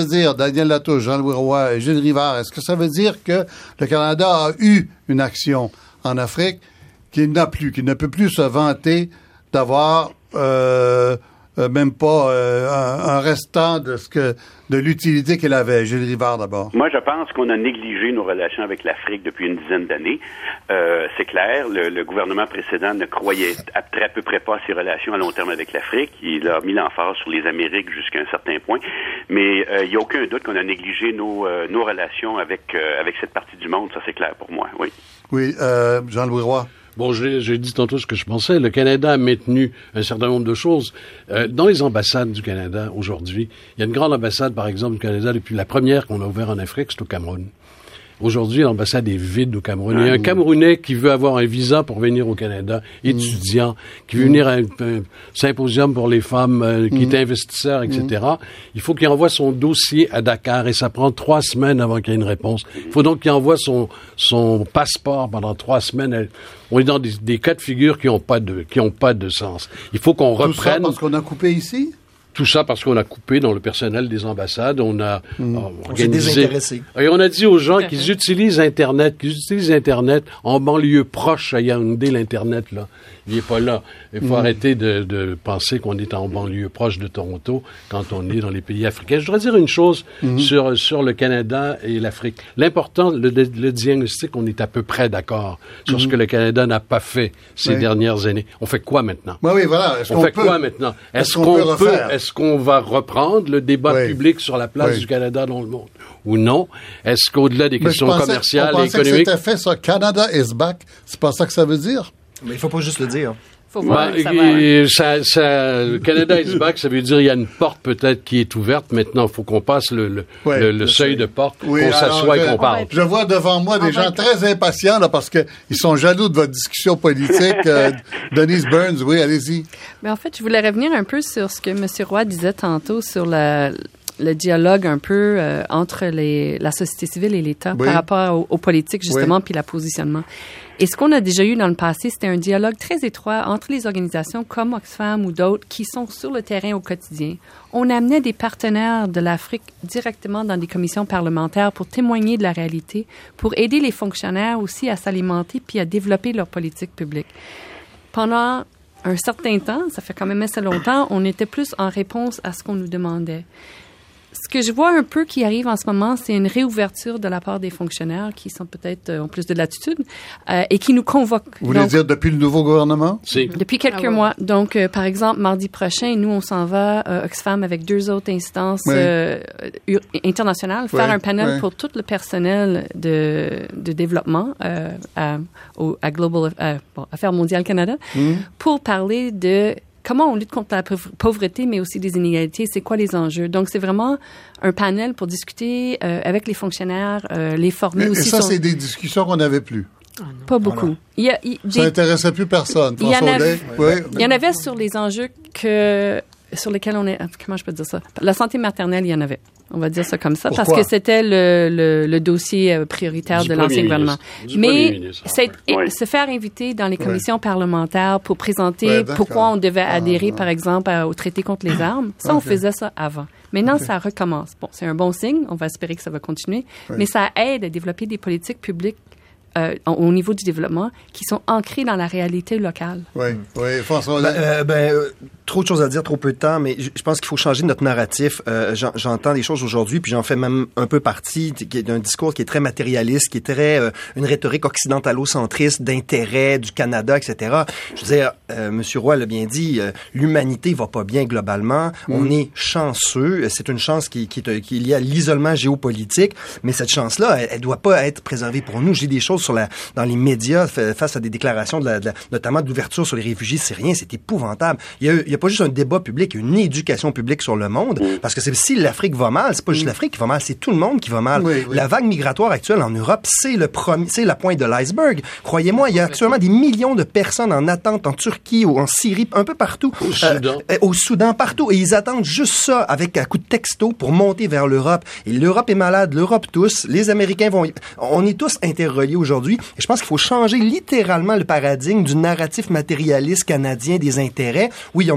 veut dire, Daniel Latouche, Jean-Louis Roy et Gilles Rivard, est-ce que ça veut dire que le Canada a eu une action en Afrique qu'il n'a plus, qu'il ne peut plus se vanter d'avoir euh, euh, même pas euh, un, un restant de ce que de l'utilité qu'elle avait? Gilles Rivard, d'abord. Moi, je pense qu'on a négligé nos relations avec l'Afrique depuis une dizaine d'années. Euh, c'est clair, le, le gouvernement précédent ne croyait à très peu près pas à ses relations à long terme avec l'Afrique. Il a mis l'emphase sur les Amériques jusqu'à un certain point. Mais euh, il n'y a aucun doute qu'on a négligé nos, euh, nos relations avec, euh, avec cette partie du monde. Ça, c'est clair pour moi, oui. Oui, euh, Jean-Louis Roy. Bon, j'ai, j'ai dit tantôt ce que je pensais. Le Canada a maintenu un certain nombre de choses. Euh, dans les ambassades du Canada, aujourd'hui, il y a une grande ambassade, par exemple, du Canada, depuis la première qu'on a ouverte en Afrique, c'est au Cameroun. Aujourd'hui, l'ambassade est vide au Cameroun. Il y a un Camerounais qui veut avoir un visa pour venir au Canada, étudiant, qui veut venir à un, un symposium pour les femmes, euh, qui est investisseur, et cetera. Il faut qu'il envoie son dossier à Dakar et ça prend trois semaines avant qu'il y ait une réponse. Il faut donc qu'il envoie son, son passeport pendant trois semaines. On est dans des, des cas de figure qui n'ont pas de, qui ont pas de sens. Il faut qu'on reprenne. Tout ça parce qu'on a coupé ici? Tout ça parce qu'on a coupé dans le personnel des ambassades, on a mmh. euh, on organisé... s'est désintéressé. Et on a dit aux gens qu'ils utilisent Internet, qu'ils utilisent Internet en banlieue proche à Yaoundé, l'Internet, là. Il n'est pas là. Il faut mmh. arrêter de, de penser qu'on est en banlieue proche de Toronto quand on est dans les pays africains. Je voudrais dire une chose mmh. sur, sur le Canada et l'Afrique. L'important, le, le diagnostic, on est à peu près d'accord sur mmh. ce que le Canada n'a pas fait ces oui. dernières années. On fait quoi maintenant? Oui, oui, voilà. Est-ce on qu'on fait peut, quoi maintenant? Est-ce, est-ce qu'on, qu'on peut, peut est-ce qu'on va reprendre le débat oui. public sur la place oui. du Canada dans le monde? Ou non? Est-ce qu'au-delà des Mais questions pensais, commerciales et économiques... Que c'était fait, ça. Canada is back. C'est pas ça que ça veut dire? Mais il faut pas juste le dire. Faut voir bah, ça va, hein. ça, ça, Canada is back, ça veut dire il y a une porte peut-être qui est ouverte. Maintenant, il faut qu'on passe le, le, ouais, le, le seuil de porte, oui, qu'on s'assoie et qu'on parle. Je vois devant moi des gens très impatients là, parce qu'ils sont jaloux de votre discussion politique. euh, Denise Burns, oui, allez-y. Mais en fait, je voulais revenir un peu sur ce que M. Roy disait tantôt sur la... le dialogue un peu euh, entre les, la société civile et l'État oui. par rapport aux, aux politiques, justement, oui. puis le positionnement. Et ce qu'on a déjà eu dans le passé, c'était un dialogue très étroit entre les organisations comme Oxfam ou d'autres qui sont sur le terrain au quotidien. On amenait des partenaires de l'Afrique directement dans des commissions parlementaires pour témoigner de la réalité, pour aider les fonctionnaires aussi à s'alimenter puis à développer leur politique publique. Pendant un certain temps, ça fait quand même assez longtemps, on était plus en réponse à ce qu'on nous demandait. Ce que je vois un peu qui arrive en ce moment, c'est une réouverture de la part des fonctionnaires qui sont peut-être euh, ont plus de latitude euh, et qui nous convoquent. Vous voulez Donc, dire depuis le nouveau gouvernement? Si. Depuis quelques ah ouais. mois. Donc, euh, par exemple, mardi prochain, nous, on s'en va, euh, Oxfam, avec deux autres instances oui. euh, euh, internationales, oui. faire un panel oui. pour tout le personnel de, de développement euh, à, au, à Global euh, bon, Affaires mondiales Canada mm. pour parler de comment on lutte contre la pauvreté, mais aussi des inégalités, c'est quoi les enjeux. Donc, c'est vraiment un panel pour discuter euh, avec les fonctionnaires, euh, les former mais, aussi. Et ça, sur... c'est des discussions qu'on n'avait plus. Oh Pas beaucoup. Oh il y a, il, ça des... n'intéressait plus personne. Il y, en avait, oui. il y en avait sur les enjeux que, sur lesquels on est... Comment je peux dire ça? La santé maternelle, il y en avait. On va dire ça comme ça, Pourquoi? parce que c'était le, le, le dossier prioritaire du de l'ancien gouvernement. Mais c'est, oui. se faire inviter dans les commissions ouais. parlementaires pour présenter ouais, pourquoi on devait adhérer, ah, par exemple, au traité contre les armes, ça, okay. on faisait ça avant. Maintenant, okay. ça recommence. Bon, c'est un bon signe. On va espérer que ça va continuer. Oui. Mais ça aide à développer des politiques publiques Euh, au niveau du développement, qui sont ancrés dans la réalité locale. Oui, oui, François. Ben, euh, ben euh, trop de choses à dire, trop peu de temps, mais je, je pense qu'il faut changer notre narratif. Euh, j'en, j'entends des choses aujourd'hui, puis j'en fais même un peu partie d'un discours qui est très matérialiste, qui est très euh, une rhétorique occidentalo-centriste d'intérêt du Canada, et cetera. Je veux dire, euh, M. Roy l'a bien dit, euh, l'humanité va pas bien globalement. Mm. On est chanceux. C'est une chance qui, qui, est, qui est liée à l'isolement géopolitique, mais cette chance-là, elle, elle doit pas être préservée pour nous. J'ai des choses sur la, dans les médias face à des déclarations, de la, de la, notamment d'ouverture sur les réfugiés syriens, c'est épouvantable. Il y a, il y a pas juste un débat public, il y a une éducation publique sur le monde, parce que c'est, si l'Afrique va mal, c'est pas juste l'Afrique qui va mal, c'est tout le monde qui va mal. Oui, oui. La vague migratoire actuelle en Europe, c'est le premier, c'est la pointe de l'iceberg. Croyez-moi, il y a actuellement des millions de personnes en attente en Turquie ou en Syrie, un peu partout. Au euh, Soudan. Euh, au Soudan, partout. Et ils attendent juste ça avec un coup de texto pour monter vers l'Europe. Et l'Europe est malade, l'Europe tous, les Américains vont... On est tous interreliés aujourd'hui. Et je pense qu'il faut changer littéralement le paradigme du narratif matérialiste canadien des intérêts. Oui, on a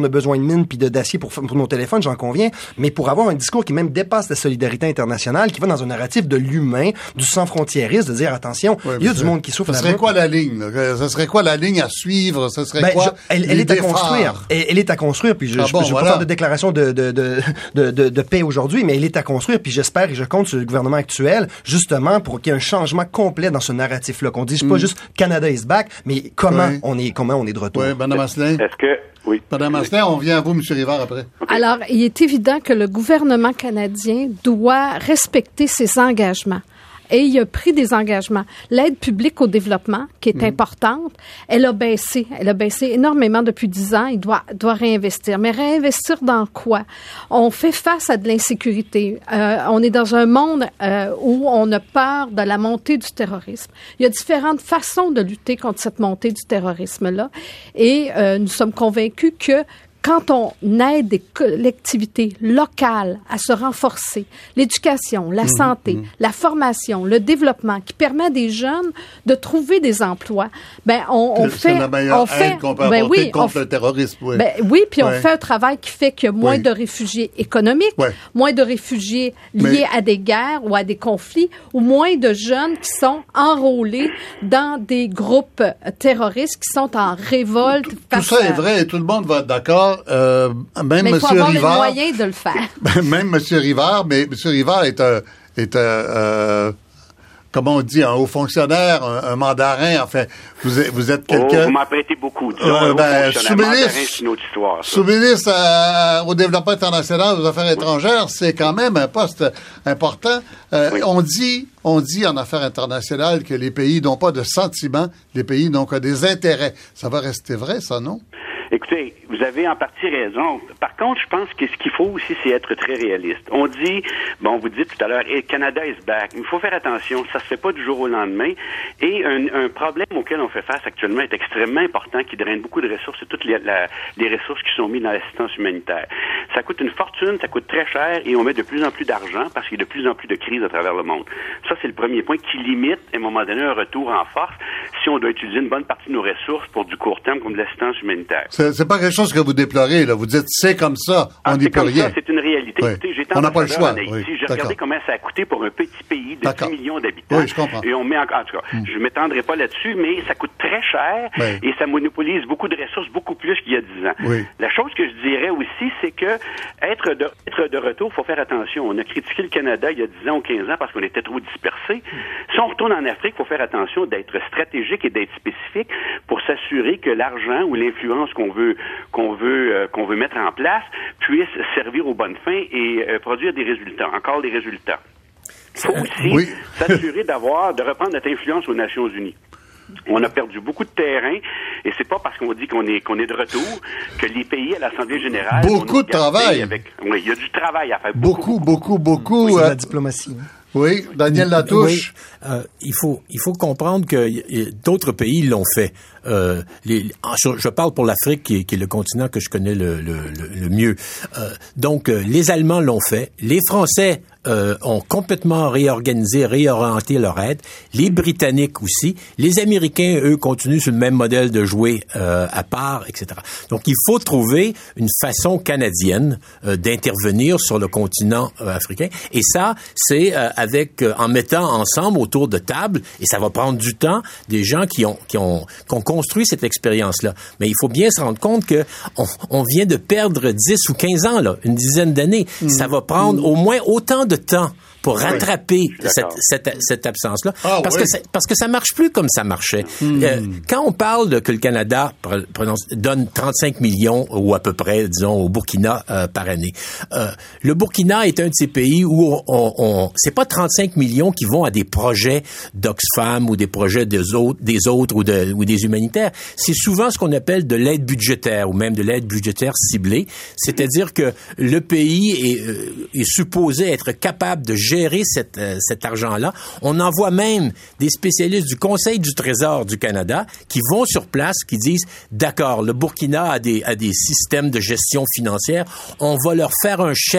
a besoin de mines puis de d'acier pour, pour nos téléphones, j'en conviens, mais pour avoir un discours qui même dépasse la solidarité internationale, qui va dans un narratif de l'humain, du sans-frontiériste, de dire attention, ouais, il y a du monde qui souffre. Ça serait quoi la ligne? Là? Ça serait quoi la ligne à suivre? Ça serait ben, quoi? Je, elle, elle est à construire. Elle, elle est à construire, puis je ne ah bon, vais voilà. pas faire de déclaration de, de, de, de, de, de paix aujourd'hui, mais elle est à construire, puis j'espère et je compte sur le gouvernement actuel, justement, pour qu'il y ait un changement complet dans ce narratif-là, qu'on dise mm. pas juste Canada is back, mais comment oui. on est comment on est de retour. Oui, Madame Asselin. Est-ce que oui. Madame Asselin, on vient à vous, M. Rivard, après. Okay. Alors, il est évident que le gouvernement canadien doit respecter ses engagements. Et il a pris des engagements. L'aide publique au développement, qui est mmh. importante, elle a baissé. Elle a baissé énormément depuis dix ans. Il doit, doit réinvestir. Mais réinvestir dans quoi? On fait face à de l'insécurité. Euh, on est dans un monde euh, où on a peur de la montée du terrorisme. Il y a différentes façons de lutter contre cette montée du terrorisme-là. Et euh, nous sommes convaincus que quand on aide des collectivités locales à se renforcer, l'éducation, la mmh, santé, mmh. la formation, le développement, qui permet à des jeunes de trouver des emplois, ben on, on c'est fait, la meilleure on fait, aide qu'on peut ben oui, contre on, le terrorisme. Oui, ben oui, puis ouais. on fait un travail qui fait qu'il y a moins oui. de réfugiés économiques, ouais. moins de réfugiés liés Mais... à des guerres ou à des conflits, ou moins de jeunes qui sont enrôlés dans des groupes terroristes qui sont en révolte. Tout, tout ça à... est vrai et tout le monde va être d'accord. Euh, même mais il faut Monsieur avoir Rivard, les moyens de le faire. Même M. Rivard, mais M. Rivard est un, est un euh, comment on dit, un haut fonctionnaire, un, un mandarin, enfin, vous êtes, vous êtes quelqu'un... Oh, vous m'en prêtez beaucoup. Disons, euh, ben, sous-ministre, c'est une autre histoire. Ça. Sous-ministre euh, au développement international, aux affaires étrangères, c'est quand même un poste important. Euh, oui. On dit, on dit en affaires internationales que les pays n'ont pas de sentiments, les pays n'ont que des intérêts. Ça va rester vrai, ça, non? Écoutez, vous avez en partie raison. Par contre, je pense que ce qu'il faut aussi, c'est être très réaliste. On dit, bon, vous dites tout à l'heure, hey, Canada is back. Il faut faire attention, ça se fait pas du jour au lendemain. Et un, un problème auquel on fait face actuellement est extrêmement important, qui draine beaucoup de ressources, c'est toutes les, la, les ressources qui sont mises dans l'assistance humanitaire. Ça coûte une fortune, ça coûte très cher, et on met de plus en plus d'argent parce qu'il y a de plus en plus de crises à travers le monde. Ça, c'est le premier point qui limite, à un moment donné, un retour en force si on doit utiliser une bonne partie de nos ressources pour du court terme comme de l'assistance humanitaire. C'est, c'est pas quelque chose que vous déplorez, là. Vous dites, c'est comme ça, on n'y ah, peut rien. Ça, c'est une réalité. Oui. Écoutez, j'étais on n'a pas le choix. Oui. J'ai regardé combien ça a coûté pour un petit pays de D'accord. dix millions d'habitants. Oui, je comprends. Et on met en, en tout cas, mm. je m'étendrai pas là-dessus, mais ça coûte très cher oui. et ça monopolise beaucoup de ressources, beaucoup plus qu'il y a dix ans. Oui. La chose que je dirais aussi, c'est que être de, être de retour, faut faire attention. On a critiqué le Canada il y a dix ans ou quinze ans parce qu'on était trop dispersés. Si on retourne en Afrique, il faut faire attention d'être stratégique et d'être spécifique pour s'assurer que l'argent ou l'influence qu'on veut qu'on veut euh, qu'on veut mettre en place puisse servir aux bonnes fins et euh, produire des résultats, encore des résultats. Il faut aussi oui. s'assurer d'avoir, de reprendre notre influence aux Nations Unies. On a perdu beaucoup de terrain et c'est pas parce qu'on dit qu'on est qu'on est de retour que les pays à l'Assemblée générale beaucoup de travail. Avec, oui, il y a du travail à faire. Beaucoup, beaucoup, beaucoup. beaucoup oui, euh, c'est la diplomatie. Oui, Daniel Latouche. Oui, euh, il faut il faut comprendre que y, d'autres pays l'ont fait. Euh, les, je, je parle pour l'Afrique qui est, qui est le continent que je connais le, le, le, le mieux. Euh, donc euh, les Allemands l'ont fait, les Français euh, ont complètement réorganisé, réorienté leur aide, les Britanniques aussi, les Américains eux continuent sur le même modèle de jouer euh, à part, et cetera. Donc il faut trouver une façon canadienne euh, d'intervenir sur le continent euh, africain et ça c'est euh, avec euh, en mettant ensemble autour de table et ça va prendre du temps des gens qui ont qui ont, qui ont construit cette expérience-là. Mais il faut bien se rendre compte que on, on vient de perdre dix ou quinze ans, là, une dizaine d'années. Mmh. Ça va prendre mmh. au moins autant de temps pour rattraper oui, cette, cette, cette absence-là. Ah, parce, oui. que ça, parce que ça marche plus comme ça marchait. Mmh. Euh, quand on parle de que le Canada prononce, donne trente-cinq millions, ou à peu près, disons, au Burkina euh, par année, euh, le Burkina est un de ces pays où on, on, on c'est pas trente-cinq millions qui vont à des projets d'Oxfam ou des projets des autres, des autres ou, de, ou des humanitaires. C'est souvent ce qu'on appelle de l'aide budgétaire ou même de l'aide budgétaire ciblée. C'est-à-dire que le pays est, euh, est supposé être capable de gérer Cette, euh, cet argent-là. On envoie même des spécialistes du Conseil du Trésor du Canada qui vont sur place, qui disent, d'accord, le Burkina a des, a des systèmes de gestion financière, on va leur faire un chèque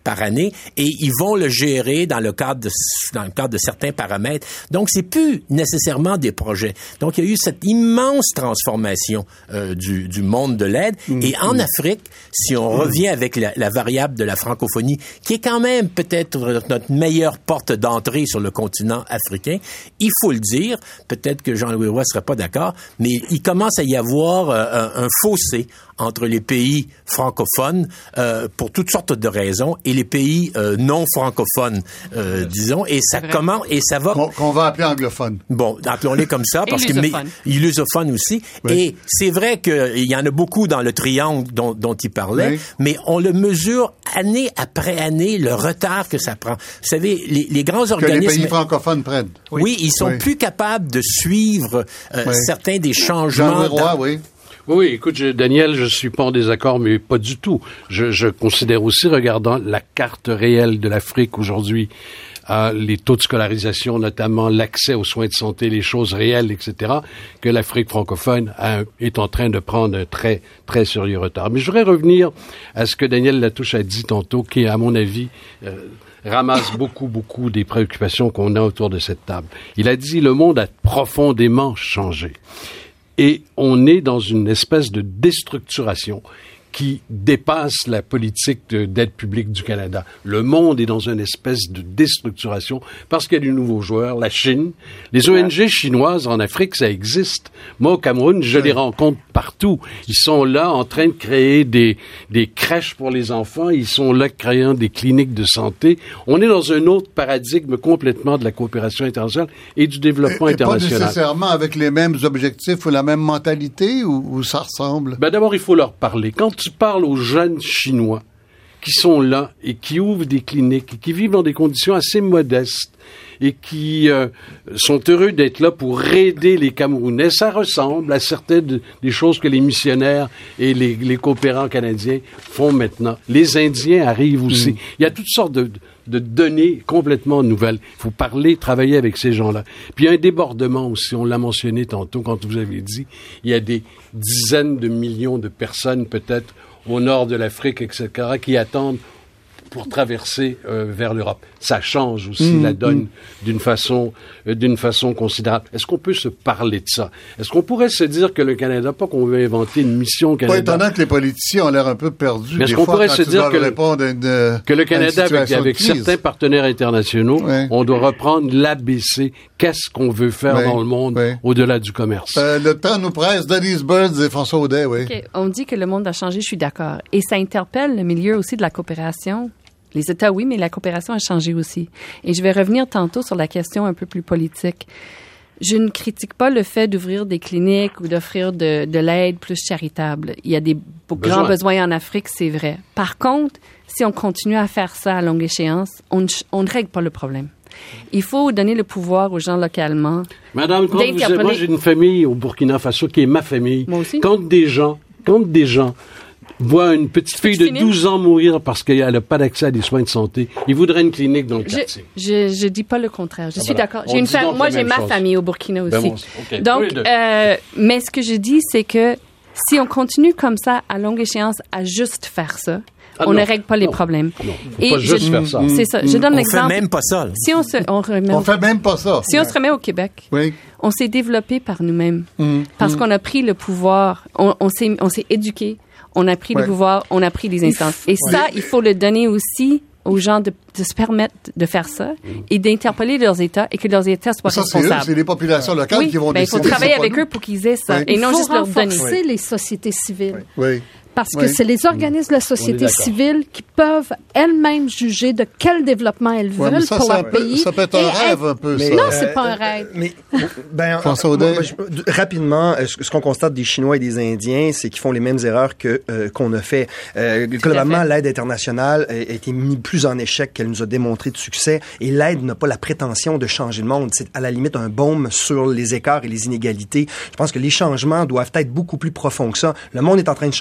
par année et ils vont le gérer dans le cadre de, dans le cadre de certains paramètres. Donc, c'est plus nécessairement des projets. Donc, il y a eu cette immense transformation euh, du, du monde de l'aide. Mmh. Et en Afrique, si on mmh. revient avec la, la variable de la francophonie, qui est quand même peut-être notre meilleure porte d'entrée sur le continent africain, il faut le dire, peut-être que Jean-Louis Roy ne serait pas d'accord, mais il commence à y avoir euh, un, un fossé entre les pays francophones euh, pour toutes sortes de raisons et les pays euh, non francophones, euh, disons, et ça commence et ça va qu'on, qu'on va appeler anglophone. Bon, appelons-les comme ça parce que mais, illusophone aussi. Oui. Et c'est vrai qu'il y en a beaucoup dans le triangle dont, dont il parlait, oui. mais on le mesure année après année le retard que ça prend. Vous savez, les, les grands organismes que les pays francophones prennent. Oui, oui ils sont oui. plus capables de suivre euh, oui. certains des changements. Jean Roy, oui. Oui, écoute, je, Daniel, je suis pas en désaccord, mais pas du tout. Je, je considère aussi, regardant la carte réelle de l'Afrique aujourd'hui, euh, les taux de scolarisation, notamment l'accès aux soins de santé, les choses réelles, et cetera, que l'Afrique francophone a, est en train de prendre un très, très sérieux retard. Mais je voudrais revenir à ce que Daniel Latouche a dit tantôt, qui, à mon avis, euh, ramasse beaucoup, beaucoup des préoccupations qu'on a autour de cette table. Il a dit, le monde a profondément changé. Et on est dans une espèce de déstructuration qui dépasse la politique de, d'aide publique du Canada. Le monde est dans une espèce de déstructuration parce qu'il y a du nouveau joueur, la Chine. Les O N G chinoises en Afrique, ça existe. Moi, au Cameroun, je les rencontre partout. Ils sont là en train de créer des, des crèches pour les enfants. Ils sont là créant des cliniques de santé. On est dans un autre paradigme complètement de la coopération internationale et du développement et, international. Pas nécessairement avec les mêmes objectifs ou la même mentalité ou, ou ça ressemble? Ben d'abord, il faut leur parler. Quand tu parles aux jeunes Chinois qui sont là et qui ouvrent des cliniques et qui vivent dans des conditions assez modestes et qui euh, sont heureux d'être là pour aider les Camerounais, ça ressemble à certaines de, des choses que les missionnaires et les, les coopérants canadiens font maintenant. Les Indiens arrivent aussi. Mmh. Il y a toutes sortes de, de données complètement nouvelles. Il faut parler, travailler avec ces gens-là. Puis il y a un débordement aussi, on l'a mentionné tantôt quand vous avez dit, il y a des dizaines de millions de personnes peut-être au nord de l'Afrique, et cetera, qui attendent pour traverser euh, vers l'Europe. Ça change aussi mmh, la donne mmh. d'une façon euh, d'une façon considérable. Est-ce qu'on peut se parler de ça? Est-ce qu'on pourrait se dire que le Canada, pas qu'on veut inventer une mission au Canada... Pas étonnant que les politiciens ont l'air un peu perdus. Mais est-ce des qu'on fois, pourrait se dire que le, une, que le Canada, avec, avec certains partenaires internationaux, ouais. on doit reprendre l'A B C. Qu'est-ce qu'on veut faire ouais. dans le monde ouais. au-delà du commerce? Euh, le temps nous presse. Denise Burns et François Audet, oui. Okay. On dit que le monde a changé, je suis d'accord. Et ça interpelle le milieu aussi de la coopération. Les États, oui, mais la coopération a changé aussi. Et je vais revenir tantôt sur la question un peu plus politique. Je ne critique pas le fait d'ouvrir des cliniques ou d'offrir de, de l'aide plus charitable. Il y a des Besoin. grands besoins en Afrique, c'est vrai. Par contre, si on continue à faire ça à longue échéance, on ne, on ne règle pas le problème. Il faut donner le pouvoir aux gens localement. Madame, quand vous êtes, moi, j'ai une famille au Burkina Faso qui est ma famille. Moi aussi. Quand des gens, quand des gens voient une petite fille de douze ans mourir parce qu'elle n'a pas d'accès à des soins de santé, ils voudraient une clinique dans le je, quartier. Je je dis pas le contraire. Je ah, suis voilà. d'accord. J'ai une fam- moi, j'ai ma chose. famille au Burkina aussi. Ben bon, okay. Donc, oui, euh, mais ce que je dis, c'est que si on continue comme ça à longue échéance à juste faire ça, Ah, on non, ne règle pas les non, problèmes. Non, faut et pas juste je, faire ça. C'est ça. Je donne on l'exemple. On fait même pas ça. Là. Si on se, on remet, on fait même pas ça. Si on se remet au Québec, oui. on s'est développé par nous-mêmes mmh, parce mmh. qu'on a pris le pouvoir, on, on s'est, on s'est éduqué, on a pris ouais. le pouvoir, on a pris les instances. Et ouais. ça, il faut le donner aussi aux gens de, de se permettre de faire ça mmh. et d'interpeller leurs États et que leurs États soient ça, responsables. C'est, eux, c'est les populations locales oui, qui vont ben, décider. Il faut travailler avec eux pour qu'ils aient ça oui. et non il faut juste leur donner. renforcer les sociétés civiles. Oui. oui. Parce oui. que c'est les organismes de la société civile qui peuvent elles-mêmes juger de quel développement elles ouais, veulent ça, pour ça leur pays. Ça peut être un rêve un peu, mais, ça. Non, euh, c'est pas un rêve. Mais, ben, François Audet. moi, je, rapidement, ce, ce qu'on constate des Chinois et des Indiens, c'est qu'ils font les mêmes erreurs que euh, qu'on a fait. Euh, globalement, l'aide internationale a été mise plus en échec qu'elle nous a démontré de succès. Et l'aide n'a pas la prétention de changer le monde. C'est à la limite un baume sur les écarts et les inégalités. Je pense que les changements doivent être beaucoup plus profonds que ça. Le monde est en train de changer. Ça veut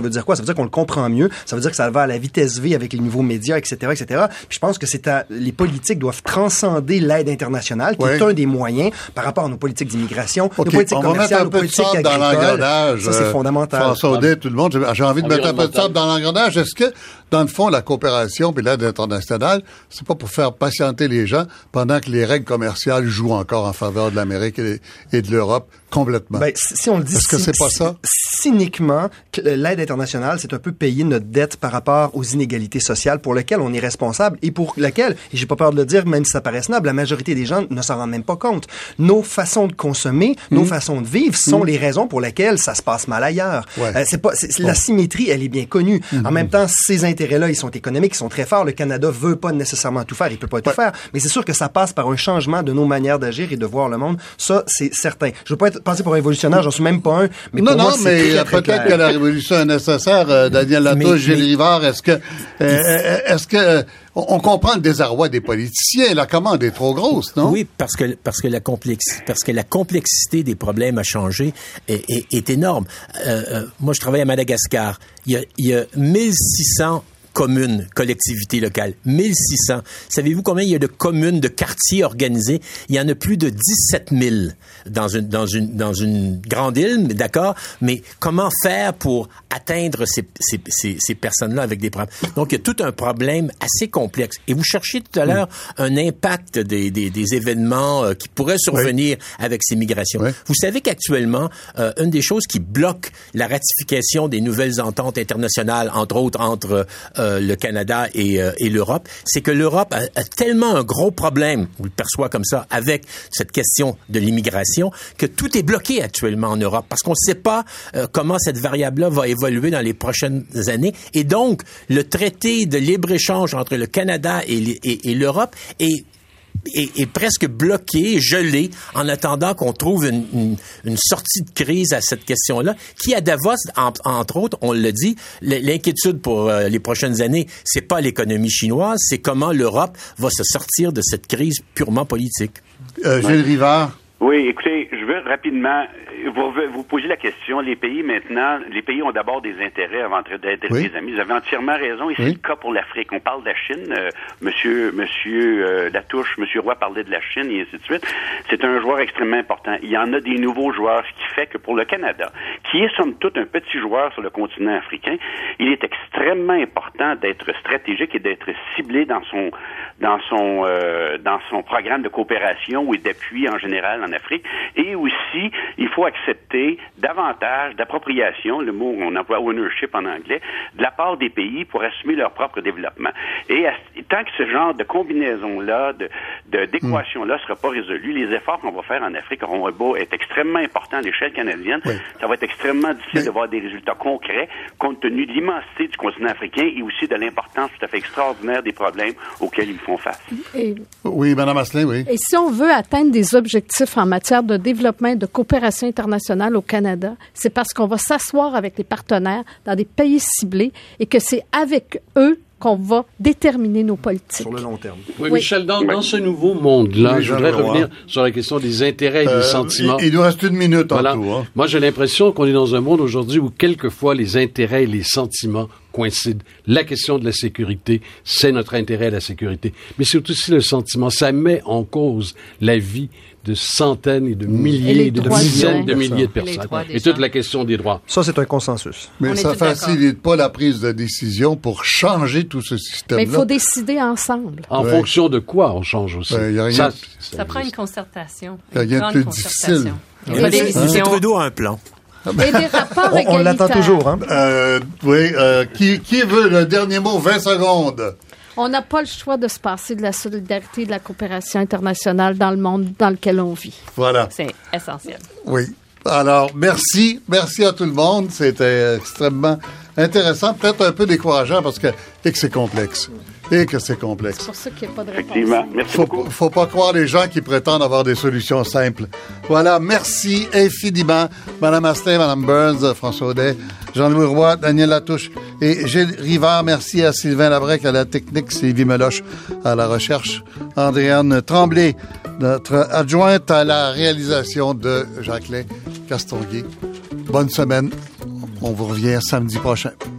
veut dire quoi? Ça veut dire qu'on le comprend mieux. Ça veut dire que ça va à la vitesse V avec les nouveaux médias, et cetera, et cetera. Puis je pense que c'est à, les politiques doivent transcender l'aide internationale, qui ouais. est un des moyens par rapport à nos politiques d'immigration, okay. nos politiques commerciales, nos politiques agricoles. Dans l'engrenage. Ça, c'est fondamental. François Audet, tout le monde, j'ai envie de mettre un peu de sable dans l'engrenage. Est-ce que, dans le fond, la coopération puis l'aide internationale, c'est pas pour faire patienter les gens pendant que les règles commerciales jouent encore en faveur de l'Amérique et, et de l'Europe complètement? Ben, si on le dit, est-ce que c'est pas ça? Cyniquement, l'aide internationale, c'est un peu payer notre dette par rapport aux inégalités sociales pour lesquelles on est responsable et pour lesquelles, et j'ai pas peur de le dire, même si ça paraît snob, la majorité des gens ne s'en rendent même pas compte. Nos façons de consommer, mmh. nos façons de vivre sont mmh. les raisons pour lesquelles ça se passe mal ailleurs. Ouais. Euh, c'est pas, c'est, bon. La symétrie, elle est bien connue. Mmh. En même temps, ces intérêts-là, ils sont économiques, ils sont très forts. Le Canada veut pas nécessairement tout faire, il peut pas tout ouais. faire, mais c'est sûr que ça passe par un changement de nos manières d'agir et de voir le monde. Ça, c'est certain. Je veux pas être passer pour un révolutionnaire, j'en suis même pas un, mais non, pour non, moi, c'est mais très, très peut-être clair. que la révolution est nécessaire. Euh, Daniel Latouche, Gilles Rivard, est-ce que, euh, est-ce que, euh, on comprend le désarroi des politiciens. La commande est trop grosse, non? Oui, parce que parce que la complexe, parce que la complexité des problèmes à changer est, est, est énorme. Euh, euh, moi, je travaille à Madagascar. Il y a, il y a mille six cents communes, collectivités locales. mille six cents. Savez-vous combien il y a de communes, de quartiers organisés? Il y en a plus de dix-sept mille dans une, dans une, dans une grande île, d'accord? Mais comment faire pour atteindre ces, ces, ces, ces personnes-là avec des problèmes? Donc, il y a tout un problème assez complexe. Et vous cherchiez tout à l'heure mmh. un impact des, des, des événements euh, qui pourraient survenir oui. avec ces migrations. Oui. Vous savez qu'actuellement, euh, une des choses qui bloque la ratification des nouvelles ententes internationales, entre autres entre euh, le Canada et, euh, et l'Europe, c'est que l'Europe a, a tellement un gros problème, on le perçoit comme ça, avec cette question de l'immigration, que tout est bloqué actuellement en Europe, parce qu'on ne sait pas euh, comment cette variable-là va évoluer dans les prochaines années. Et donc, le traité de libre-échange entre le Canada et, et, et l'Europe est Est, est presque bloqué, gelé, en attendant qu'on trouve une, une, une sortie de crise à cette question-là, qui à Davos, en, entre autres, on le dit, l'inquiétude pour euh, les prochaines années, c'est pas l'économie chinoise, c'est comment l'Europe va se sortir de cette crise purement politique. Euh, Gilles Rivard. Oui, écoutez, je veux rapidement vous, vous poser la question. Les pays maintenant, les pays ont d'abord des intérêts avant d'être oui. des amis. Vous avez entièrement raison. Et c'est oui. le cas pour l'Afrique. On parle de la Chine. Euh, monsieur, monsieur euh, Latouche, Monsieur Roy parlait de la Chine et ainsi de suite. C'est un joueur extrêmement important. Il y en a des nouveaux joueurs, ce qui fait que pour le Canada, qui est somme toute un petit joueur sur le continent africain, il est extrêmement important d'être stratégique et d'être ciblé dans son dans son euh, dans son programme de coopération et d'appui en général en Afrique. Et aussi, il faut accepter davantage d'appropriation, le mot on emploie ownership en anglais, de la part des pays pour assumer leur propre développement. Et à, tant que ce genre de combinaison-là, de, de d'équation-là ne sera pas résolu, les efforts qu'on va faire en Afrique auront beau être extrêmement importants à l'échelle canadienne. Oui. Ça va être extrêmement difficile oui. de voir des résultats concrets compte tenu de l'immensité du continent africain et aussi de l'importance tout à fait extraordinaire des problèmes auxquels ils font face. Et, oui, Mme Asselin, oui. Et si on veut atteindre des objectifs en matière de développement et de coopération internationale au Canada, c'est parce qu'on va s'asseoir avec les partenaires dans des pays ciblés et que c'est avec eux qu'on va déterminer nos politiques. Sur le long terme. Oui, oui. Michel, dans, dans ce nouveau monde-là, oui, je voudrais revenir sur la question des intérêts et euh, des sentiments. Il, il nous reste une minute en voilà. tout. Hein. Moi, j'ai l'impression qu'on est dans un monde aujourd'hui où quelquefois les intérêts et les sentiments coïncident. La question de la sécurité, c'est notre intérêt à la sécurité. Mais c'est aussi le sentiment. Ça met en cause la vie de centaines et de milliers, et de dizaines de milliers de personnes. Et, et toute la question des droits. Ça, c'est un consensus. Mais On ça ne facilite pas la prise de décision pour changer tout ce système-là. Mais il faut décider ensemble. En ouais. fonction de quoi on change aussi. Ben, y a rien ça, de... ça, ça prend une concertation. Il y a rien de plus difficile. M. Trudeau a un plan. Et des rapports on, on l'attend toujours. Hein? Euh, oui. Euh, qui, qui veut le dernier mot? vingt secondes. On n'a pas le choix de se passer de la solidarité et de la coopération internationale dans le monde dans lequel on vit. Voilà. C'est essentiel. Oui. Alors, merci. Merci à tout le monde. C'était extrêmement intéressant, peut-être un peu décourageant parce que, et que c'est complexe. Et que c'est complexe. C'est pour ça qu'il n'y a pas de réponse. Effectivement. Merci faut, beaucoup. Faut pas croire les gens qui prétendent avoir des solutions simples. Voilà. Merci infiniment, Mme Asselin, Mme Burns, François Audet, Jean-Louis Roy, Daniel Latouche et Gilles Rivard. Merci à Sylvain Labrec à la technique, Sylvie Meloche à la recherche, Andréane Tremblay, notre adjointe à la réalisation de Jacqueline Castonguay. Bonne semaine. On vous revient samedi prochain.